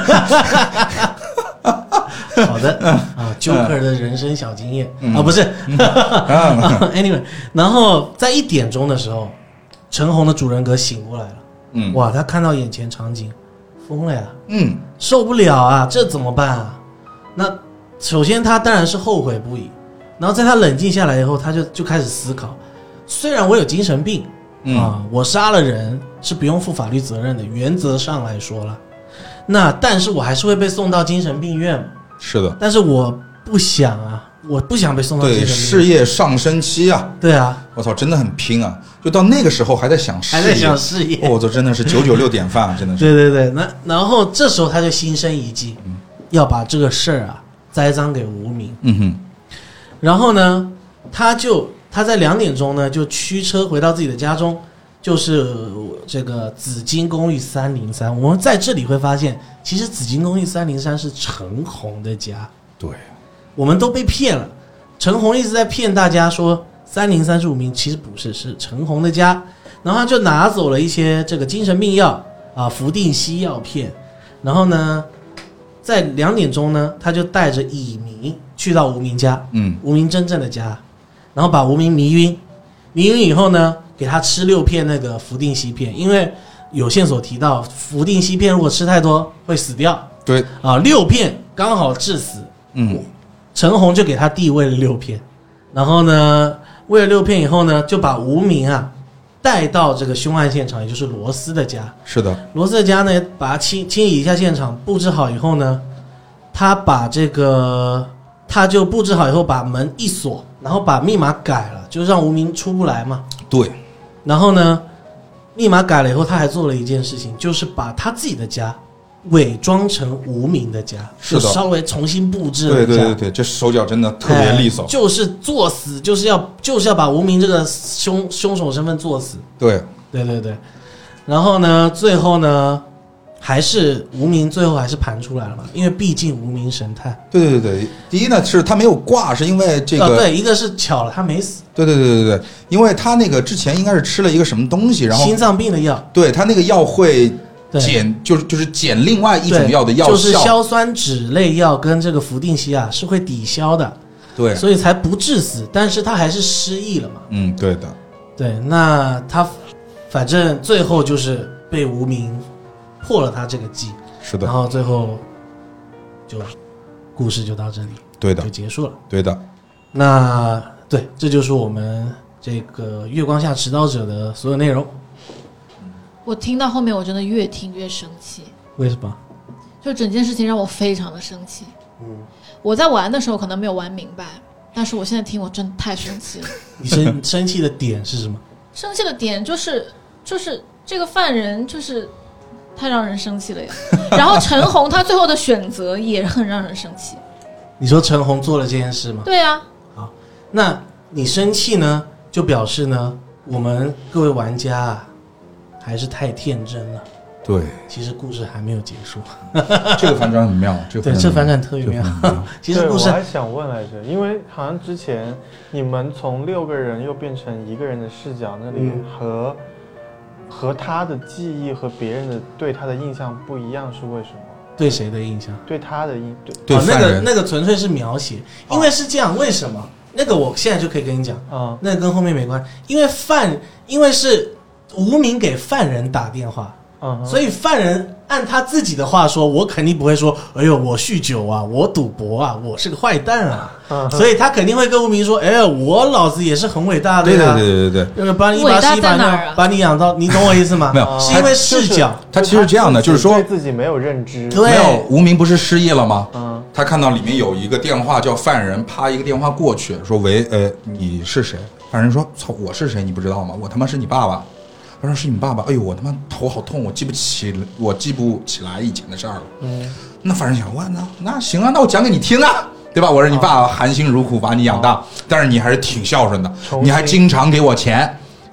好的啊 ，Joker 的人生小经验、嗯、啊，不是、嗯、，Anyway， 然后在一点钟的时候，陈红的主人格醒过来了，嗯，哇，他看到眼前场景，疯了呀，嗯，受不了啊，这怎么办啊？那首先他当然是后悔不已，然后在他冷静下来以后，他就就开始思考，虽然我有精神病、嗯、啊，我杀了人是不用负法律责任的，原则上来说了，那但是我还是会被送到精神病院嘛。 是的， 但是我不想啊，我不想被送到精神病院。对， 事业上升期啊。 对啊， 我操，真的很拼啊！就到那个时候还在想事业， 还在想事业。 哦，这真的是九九六典范，真的是。 对对对，那然后这时候他就心生一计，嗯、要把这个事儿啊栽赃给无名。嗯哼。然后呢，他就他在两点钟呢就驱车回到自己的家中，就是这个紫金公寓三零三。我们在这里会发现，其实紫金公寓三零三是陈红的家。 对， 我们都被骗了。陈红一直在骗大家说三零三是无名，其实不是，是陈红的家。然后他就拿走了一些这个精神病药啊，福定西药片。然后呢，在两点钟呢，他就带着乙明去到无名家，嗯，无名真正的家，然后把无名迷晕，迷晕以后呢，给他吃六片那个福定西片，因为有线索提到福定西片如果吃太多会死掉。 对啊，六片刚好致死。嗯，陈红就给他弟喂了六片，然后呢，喂了六片以后呢，就把无名啊带到这个凶案现场，也就是罗斯的家。 是的， 罗斯的家呢，把他清清理一下现场，布置好以后呢，他把这个他就布置好以后，把门一锁，然后把密码改了，就让无名出不来嘛。 对， 然后呢，密码改了以后，他还做了一件事情，就是把他自己的家伪装成无名的家，就稍微重新布置了一下。 对对对对，这手脚真的特别利索、哎、 就是作死，就是要就是要把无名这个凶凶手身份作死。 对对对对，然后呢，最后呢，还是无名最后还是盘出来了嘛，因为毕竟无名神探。 对对对对，第一呢是他没有挂，是因为这个、 哦、对，一个是巧了他没死。 对对对对对，因为他那个之前应该是吃了一个什么东西，然后心脏病的药。 对，他那个药会减就是就是减另外一种药的药效， 就是硝酸酯类药跟这个福定西啊是会抵消的， 对， 所以才不致死，但是他还是失忆了嘛。 嗯，对的， 对，那他反正最后就是被无名破了他这个计， 是的， 然后最后就故事就到这里， 对的， 就结束了， 对的。 那对，这就是我们这个月光下持刀者的所有内容。 我听到后面我真的越听越生气。 为什么？ 就整件事情让我非常的生气。嗯，我在玩的时候可能没有玩明白，但是我现在听我真的太生气了。 你生生气的点是什么？ 生气的点就是就是这个犯人就是太让人生气了呀。然后陈红他最后的选择也很让人生气。 你说陈红做了这件事吗？ 对啊。 好，那你生气呢，就表示呢，我们各位玩家啊还是太天真了。 对， 其实故事还没有结束。 这个反转很妙，这个对，这反转特别妙。其实故事我还想问来着，因为好像之前你们从六个人又变成一个人的视角，那里和、嗯、和他的记忆和别人的对他的印象不一样，是为什么？ 对谁的印象？ 对他的印对对、哦、 那个那个纯粹是描写，因为是这样，为什么？那个我现在就可以跟你讲啊、哦，那个跟后面没关，因为犯因为是无名给犯人打电话。Uh-huh. 所以犯人按他自己的话说，我肯定不会说哎呦我酗酒啊，我赌博啊，我是个坏蛋啊。uh-huh. 所以他肯定会跟无名说，哎我老子也是很伟大的呀、 啊、对对对对对， 把你一把屎一把尿把你养到，你懂我意思吗？ 没有， 是因为视角、就是、 他其实这样的，就是说对自己没有认知。 没有，无名不是失忆了吗？嗯，他看到里面有一个电话叫犯人，啪一个电话过去说喂呃你是谁？犯人说操我是谁你不知道吗？我他妈是你爸爸。他说是你爸爸，哎呦我他妈头好痛，我记不起我记不起来以前的事儿了。嗯，那反正想哇那那行啊，那我讲给你听啊，对吧？我是你爸爸，含辛茹苦把你养大，但是你还是挺孝顺的，你还经常给我钱，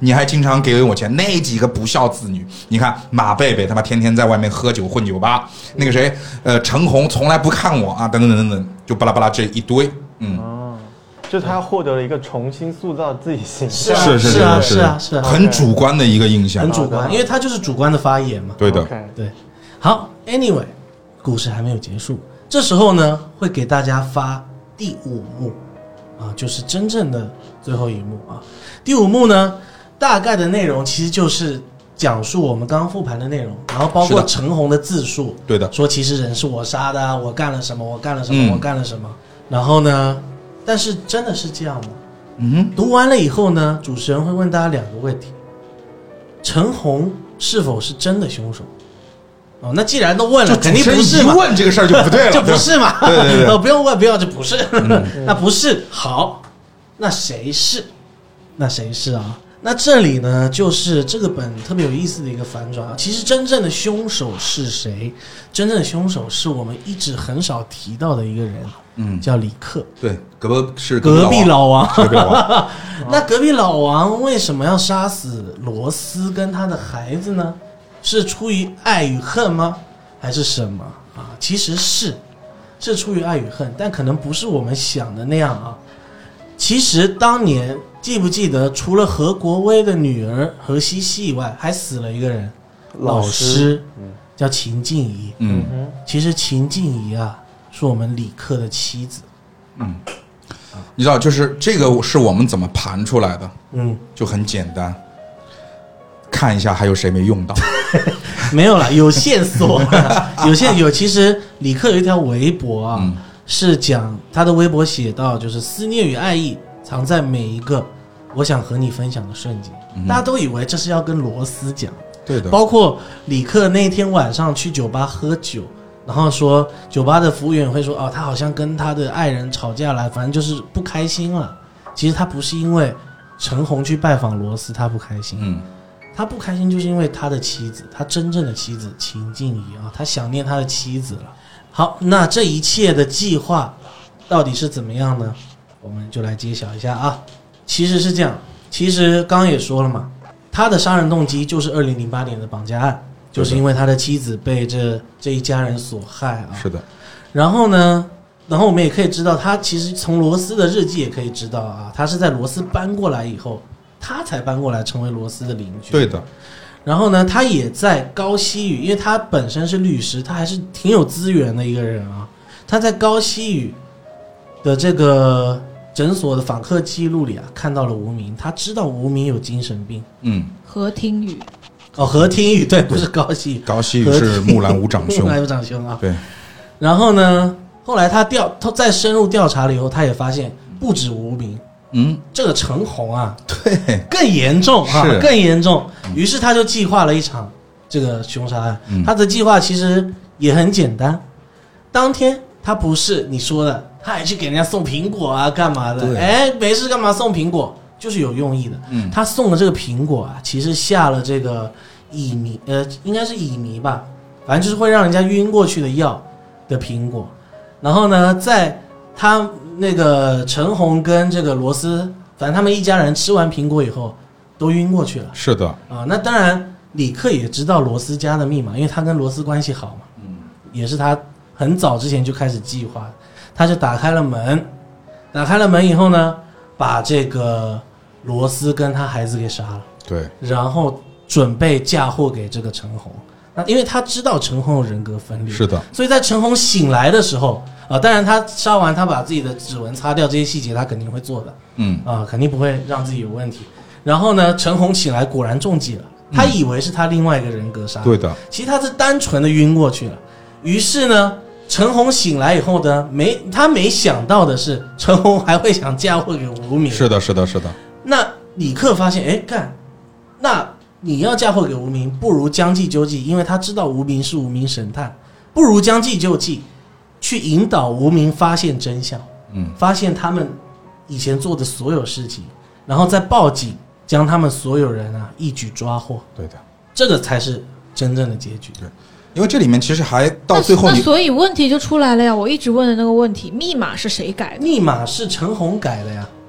你还经常给我钱，那几个不孝子女，你看马贝贝他妈天天在外面喝酒混酒吧，那个谁，呃，陈红从来不看我啊，等等等等，就巴拉巴拉这一堆，嗯。 哦，就他获得了一个重新塑造自己形象， 是是是啊是啊是啊， 很主观的一个印象， 很主观，因为他就是主观的发言嘛。 对的， okay. 对。好 ，Anyway， 故事还没有结束，这时候呢会给大家发第五幕啊，就是真正的最后一幕啊。第五幕呢，大概的内容其实就是讲述我们刚刚复盘的内容，然后包括陈红的自述， 对的， 说其实人是我杀的啊，我干了什么，我干了什么，嗯、我干了什么。然后呢，但是真的是这样吗？ 嗯， 读完了以后呢，主持人会问大家两个问题：陈红是否是真的凶手？哦，那既然都问了，肯定不是嘛。 一问这个事儿就不对了， 就不是嘛。 对对对， 哦，不用问，不要，就不是。嗯、那不是好，那谁是？那谁是啊？那这里呢，就是这个本特别有意思的一个反转啊。其实真正的凶手是谁？真正的凶手是我们一直很少提到的一个人，嗯，叫李克。 对，隔是隔壁老王。 隔壁老王那隔壁老王为什么要杀死罗斯跟他的孩子呢？是出于爱与恨吗？还是什么啊？其实是，是出于爱与恨，但可能不是我们想的那样啊。其实当年记不记得，除了何国威的女儿何西西以外，还死了一个人，老师，老师叫秦静怡。嗯，其实秦静怡啊，是我们李克的妻子。 嗯，你知道，就是这个是我们怎么盘出来的？嗯，就很简单，看一下还有谁没用到。 没有啦，有线索，有线有。其实李克有一条微博啊。嗯，是讲他的微博写到，就是思念与爱意藏在每一个我想和你分享的瞬间。嗯、大家都以为这是要跟罗斯讲， 对的。 包括李克那天晚上去酒吧喝酒，然后说酒吧的服务员会说，哦，他好像跟他的爱人吵架了，反正就是不开心了。其实他不是因为陈红去拜访罗斯他不开心，嗯，他不开心就是因为他的妻子，他真正的妻子秦静怡啊，他想念他的妻子了。好，那这一切的计划到底是怎么样呢？我们就来揭晓一下啊。其实是这样，其实刚刚也说了嘛，他的杀人动机就是二零零八年的绑架案，就是因为他的妻子被这这一家人所害啊。 是的。 然后呢，然后我们也可以知道，他其实从罗斯的日记也可以知道啊，他是在罗斯搬过来以后，他才搬过来成为罗斯的邻居。 对的。 然后呢，他也在高希宇，因为他本身是律师，他还是挺有资源的一个人啊。他在高希宇的这个诊所的访客记录里啊，看到了吴明，他知道吴明有精神病。 嗯，何听雨。 哦，何听雨，对，不是高希宇。 高希宇是木兰无长兄。 木兰无长兄啊。 对。 然后呢，后来他调，他再深入调查了以后，他也发现不止吴明。嗯，这个陈红啊， 对， 更严重啊，更严重。于是他就计划了一场这个凶杀案。嗯、他的计划其实也很简单，当天他不是你说的，他还去给人家送苹果啊，干嘛的？哎，没事干嘛送苹果？就是有用意的。嗯，他送的这个苹果啊，其实下了这个乙醚，呃，应该是乙醚吧，反正就是会让人家晕过去的药的苹果。然后呢，在他那个陈红跟这个罗斯，反正他们一家人吃完苹果以后都晕过去了。 是的啊，那当然李克也知道罗斯家的密码，因为他跟罗斯关系好嘛，嗯，也是他很早之前就开始计划，他就打开了门，打开了门以后呢，把这个罗斯跟他孩子给杀了， 对， 然后准备嫁祸给这个陈红。那因为他知道陈红有人格分裂， 是的， 所以在陈红醒来的时候啊，当然他杀完他把自己的指纹擦掉，这些细节他肯定会做的，嗯啊，肯定不会让自己有问题。然后呢，陈红醒来果然中计了，他以为是他另外一个人格杀， 对的， 其实他是单纯的晕过去了。于是呢，陈红醒来以后呢，没他没想到的是，陈红还会想嫁祸给吴明。 是的，是的，是的。 那李克发现，哎，干，那你要嫁祸给吴明，不如将计就计，因为他知道吴明是无名神探，不如将计就计，去引导吴明发现真相，嗯，发现他们以前做的所有事情，然后再报警，将他们所有人啊一举抓获。 对的， 这个才是真正的结局。 对，因为这里面其实还到最后你， 那所以问题就出来了呀。我一直问的那个问题，密码是谁改的？ 密码是陈红改的呀。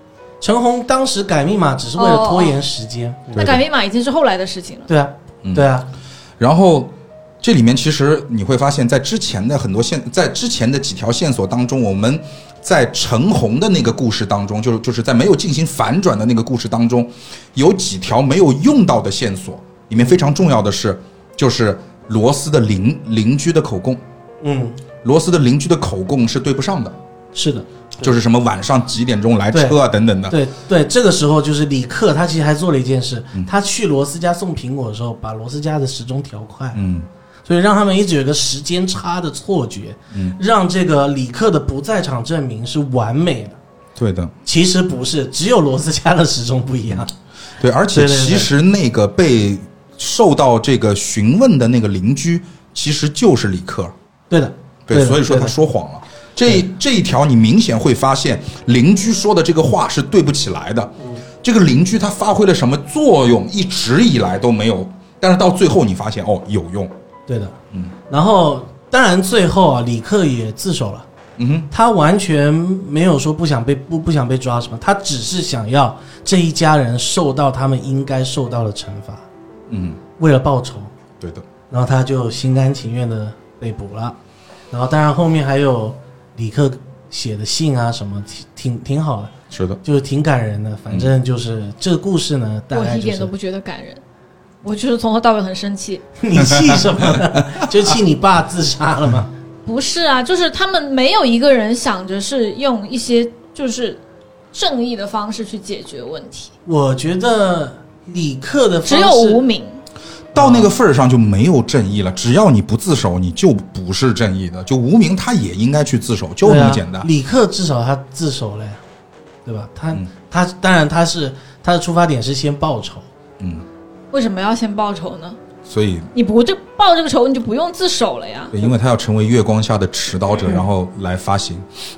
陈红当时改密码只是为了拖延时间，哦、 那改密码已经是后来的事情了。 对啊，嗯、对啊。 然后这里面其实你会发现在之前的很多线，在之前的几条线索当中，我们在陈红的那个故事当中，就就是在没有进行反转的那个故事当中，有几条没有用到的线索，里面非常重要的是，就是罗斯的邻邻居的口供。嗯，罗斯的邻居的口供是对不上的。 是的。 就是什么晚上几点钟来车啊等等的。 对 对, 对，这个时候就是李克他其实还做了一件事，嗯、他去罗斯家送苹果的时候，把罗斯家的时钟调快，嗯，所以让他们一直有一个时间差的错觉，嗯，让这个李克的不在场证明是完美的。 对的， 其实不是，只有罗斯家的时钟不一样。嗯、 对，而且其实那个被受到这个询问的那个邻居，其实就是李克。 对的， 对， 对所以说他说谎了。这这一条你明显会发现邻居说的这个话是对不起来的，嗯、这个邻居他发挥了什么作用一直以来都没有，但是到最后你发现哦有用。 对的，嗯，然后当然最后啊李克也自首了，嗯哼，他完全没有说不想被不不想被抓什么，他只是想要这一家人受到他们应该受到的惩罚，嗯，为了报仇。 对的， 然后他就心甘情愿的被捕了，然后当然后面还有李克写的信啊什么，挺挺好的， 是的， 就是挺感人的。反正就是、嗯、这个故事呢，大概、就是、 我一点都不觉得感人，我就是从头到尾很生气。 你气什么呢？就气你爸自杀了吗？ 不是啊，就是他们没有一个人想着是用一些就是正义的方式去解决问题。 我觉得李克的方式只有无名。 到那个份儿上就没有正义了，只要你不自首，你就不是正义的。就无名他也应该去自首，就那么简单。 啊、李克至少他自首了呀，对吧？他、嗯、他当然他是他的出发点是先报仇， 嗯，为什么要先报仇呢？ 所以你不就报这个仇，你就不用自首了呀。 对，因为他要成为月光下的持刀者，嗯、然后来发行。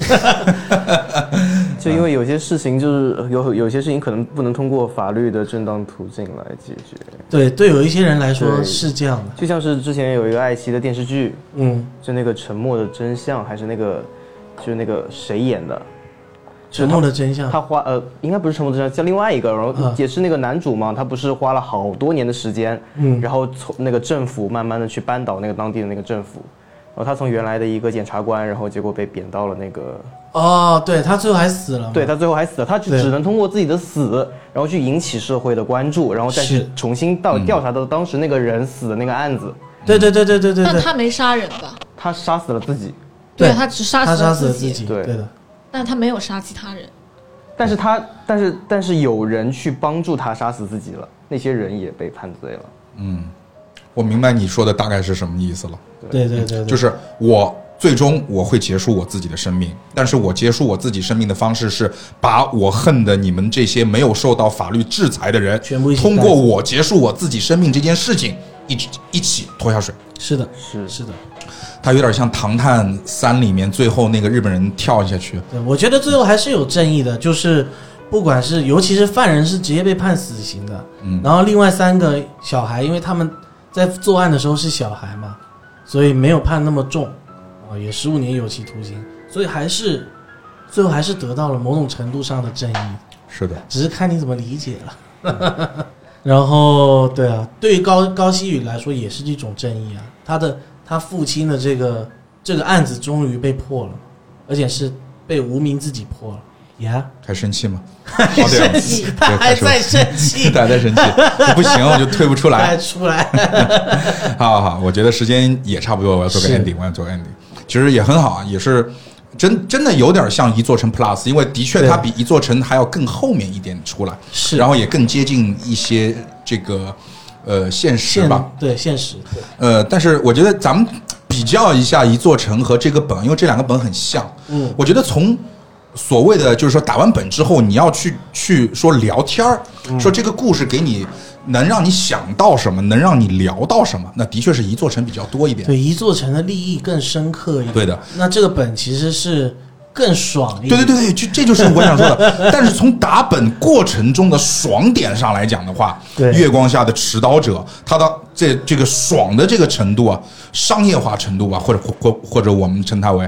就因为有些事情就是有有些事情可能不能通过法律的正当途径来解决。 对对，有一些人来说是这样的。 就像是之前有一个爱奇艺的电视剧，嗯，就那个《沉默的真相》，还是那个就是那个谁演的？ 沉默的真相， 他花呃，应该不是沉默的真相，叫另外一个，然后也是那个男主嘛，他不是花了好多年的时间，嗯，然后从那个政府慢慢的去扳倒那个当地的那个政府，然后他从原来的一个检察官，然后结果被贬到了那个， 哦，对他最后还死了， 对他最后还死了，他就只能通过自己的死，然后去引起社会的关注，然后再去重新到调查到当时那个人死的那个案子， 对对对对对对， 但他没杀人吧？ 他杀死了自己， 对他只杀死了自己，对对的。 但他没有杀其他人， 但是他，但是，但是有人去帮助他杀死自己了，那些人也被判罪了。 嗯，我明白你说的大概是什么意思了。 对对 对, 对， 就是我最终我会结束我自己的生命，但是我结束我自己生命的方式是把我恨的你们这些没有受到法律制裁的人， 全部一起通过我结束我自己生命这件事情，一起一起拖下水。 是的， 是是的。 他有点像《唐探三》里面最后那个日本人跳下去。 对，我觉得最后还是有正义的，就是不管是尤其是犯人是直接被判死刑的，嗯，然后另外三个小孩，因为他们在作案的时候是小孩嘛，所以没有判那么重，啊，也十五年有期徒刑，所以还是最后还是得到了某种程度上的正义。 是的， 只是看你怎么理解了。嗯、然后，对啊，对于高高希宇来说也是一种正义啊，他的。他父亲的这个这个案子终于被破了，而且是被无名自己破了呀！ Yeah? 还生气吗？ 还生气，他还在生气， 他还在生气，不行，我就退不出来， 出来。 好好好，我觉得时间也差不多，我要做个 ending， 我要做个 ending， 其实也很好啊，也是真真的有点像一座城 plus， 因为的确它比一座城还要更后面一点出来， 是， 然后也更接近一些这个。呃，现实吧， 对现实，对， 呃，但是我觉得咱们比较一下一座城和这个本，因为这两个本很像，嗯，我觉得从所谓的就是说打完本之后，你要去去说聊天儿、嗯，说这个故事给你能让你想到什么，能让你聊到什么，那的确是一座城比较多一点， 对，一座城的利益更深刻一点， 对的， 那这个本其实是。更爽一点， 对对对对，就这就是我想说的。但是从打本过程中的爽点上来讲的话，月光下的持刀者，他的这这个爽的这个程度啊，商业化程度吧，或者或或者我们称它为，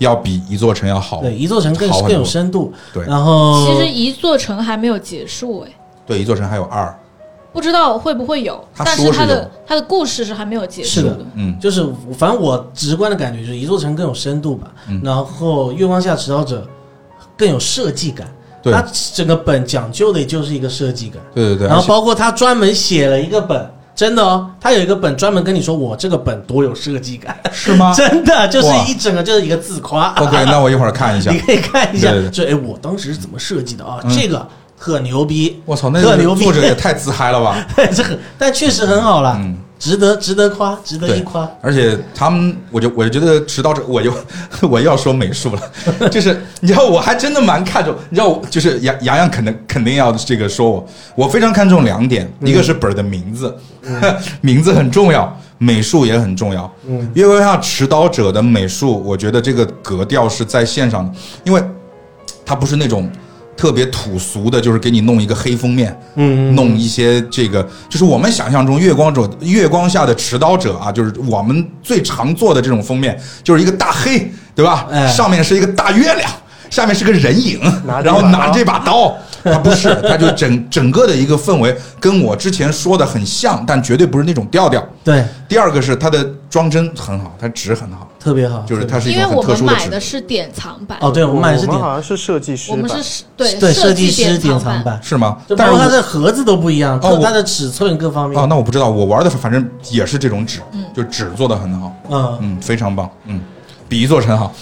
要比一座城要好。 对，一座城更更有深度。 对， 然后其实一座城还没有结束哎。 对，一座城还有二。 不知道会不会有，但是它的它的故事是还没有结束的。 是的，嗯，就是反正我直观的感觉就是一座城更有深度吧，嗯、然后月光下持刀者更有设计感。 对， 它整个本讲究的就是一个设计感。 对对对。 然后包括他专门写了一个本，真的哦，他有一个本专门跟你说我这个本多有设计感， 是吗？ 真的就是一整个就是一个自夸。 OK， 那我一会儿看一下， 你可以看一下， 对对对就哎，我当时是怎么设计的啊？嗯、这个。特牛逼！ 我操，那个作者也太自嗨了吧！ 对，这个但确实很好了，嗯，值得值得夸，值得一夸。 而且他们，我就我就觉得持刀者，我就我要说美术了，就是你知道，我还真的蛮看重，你知道，就是杨洋洋肯定肯定要这个说我，我非常看重两点，嗯、一个是本的名字，嗯、名字很重要，美术也很重要。嗯，因为像持刀者的美术，我觉得这个格调是在线上的，因为它不是那种。特别土俗的，就是给你弄一个黑封面，嗯，弄一些这个，就是我们想象中月光者、月光下的持刀者啊，就是我们最常做的这种封面，就是一个大黑，对吧？哎、上面是一个大月亮，下面是个人影，然后拿这把刀。它不是，它就整整个的一个氛围跟我之前说的很像，但绝对不是那种调调。 对， 第二个是它的装帧很好，它纸很好， 特别好， 就是它是一种很特殊的纸。 因为我们买的是典藏版。 哦，对，我们买的是典， 我们好像是设计师版， 我们是对对设计师典藏版是吗？ 但是它的盒子都不一样，哦，它的尺寸各方面。 哦，那我不知道，我玩的反正也是这种纸，嗯，就纸做的很好，嗯嗯，非常棒，嗯，比一座城好。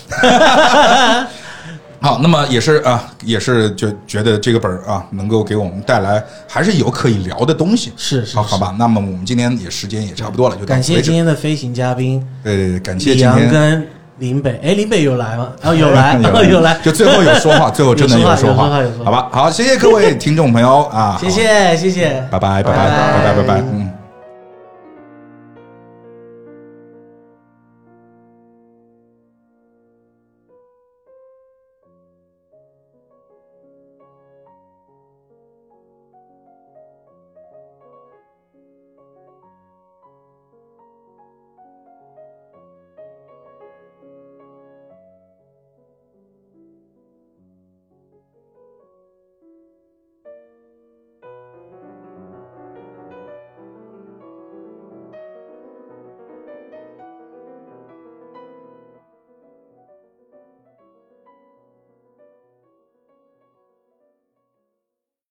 好，那么也是啊，也是就觉得这个本啊，能够给我们带来还是有可以聊的东西。 是是， 好，好吧。那么我们今天也时间也差不多了，就感谢今天的飞行嘉宾。 对对对，感谢李阳跟林北。哎，林北有来吗？哦，有来， 有有来。 就最后有说话，最后真的有说话， 有说话， 好吧。好，谢谢各位听众朋友啊， 谢谢谢谢， 拜拜拜拜拜拜拜拜，嗯。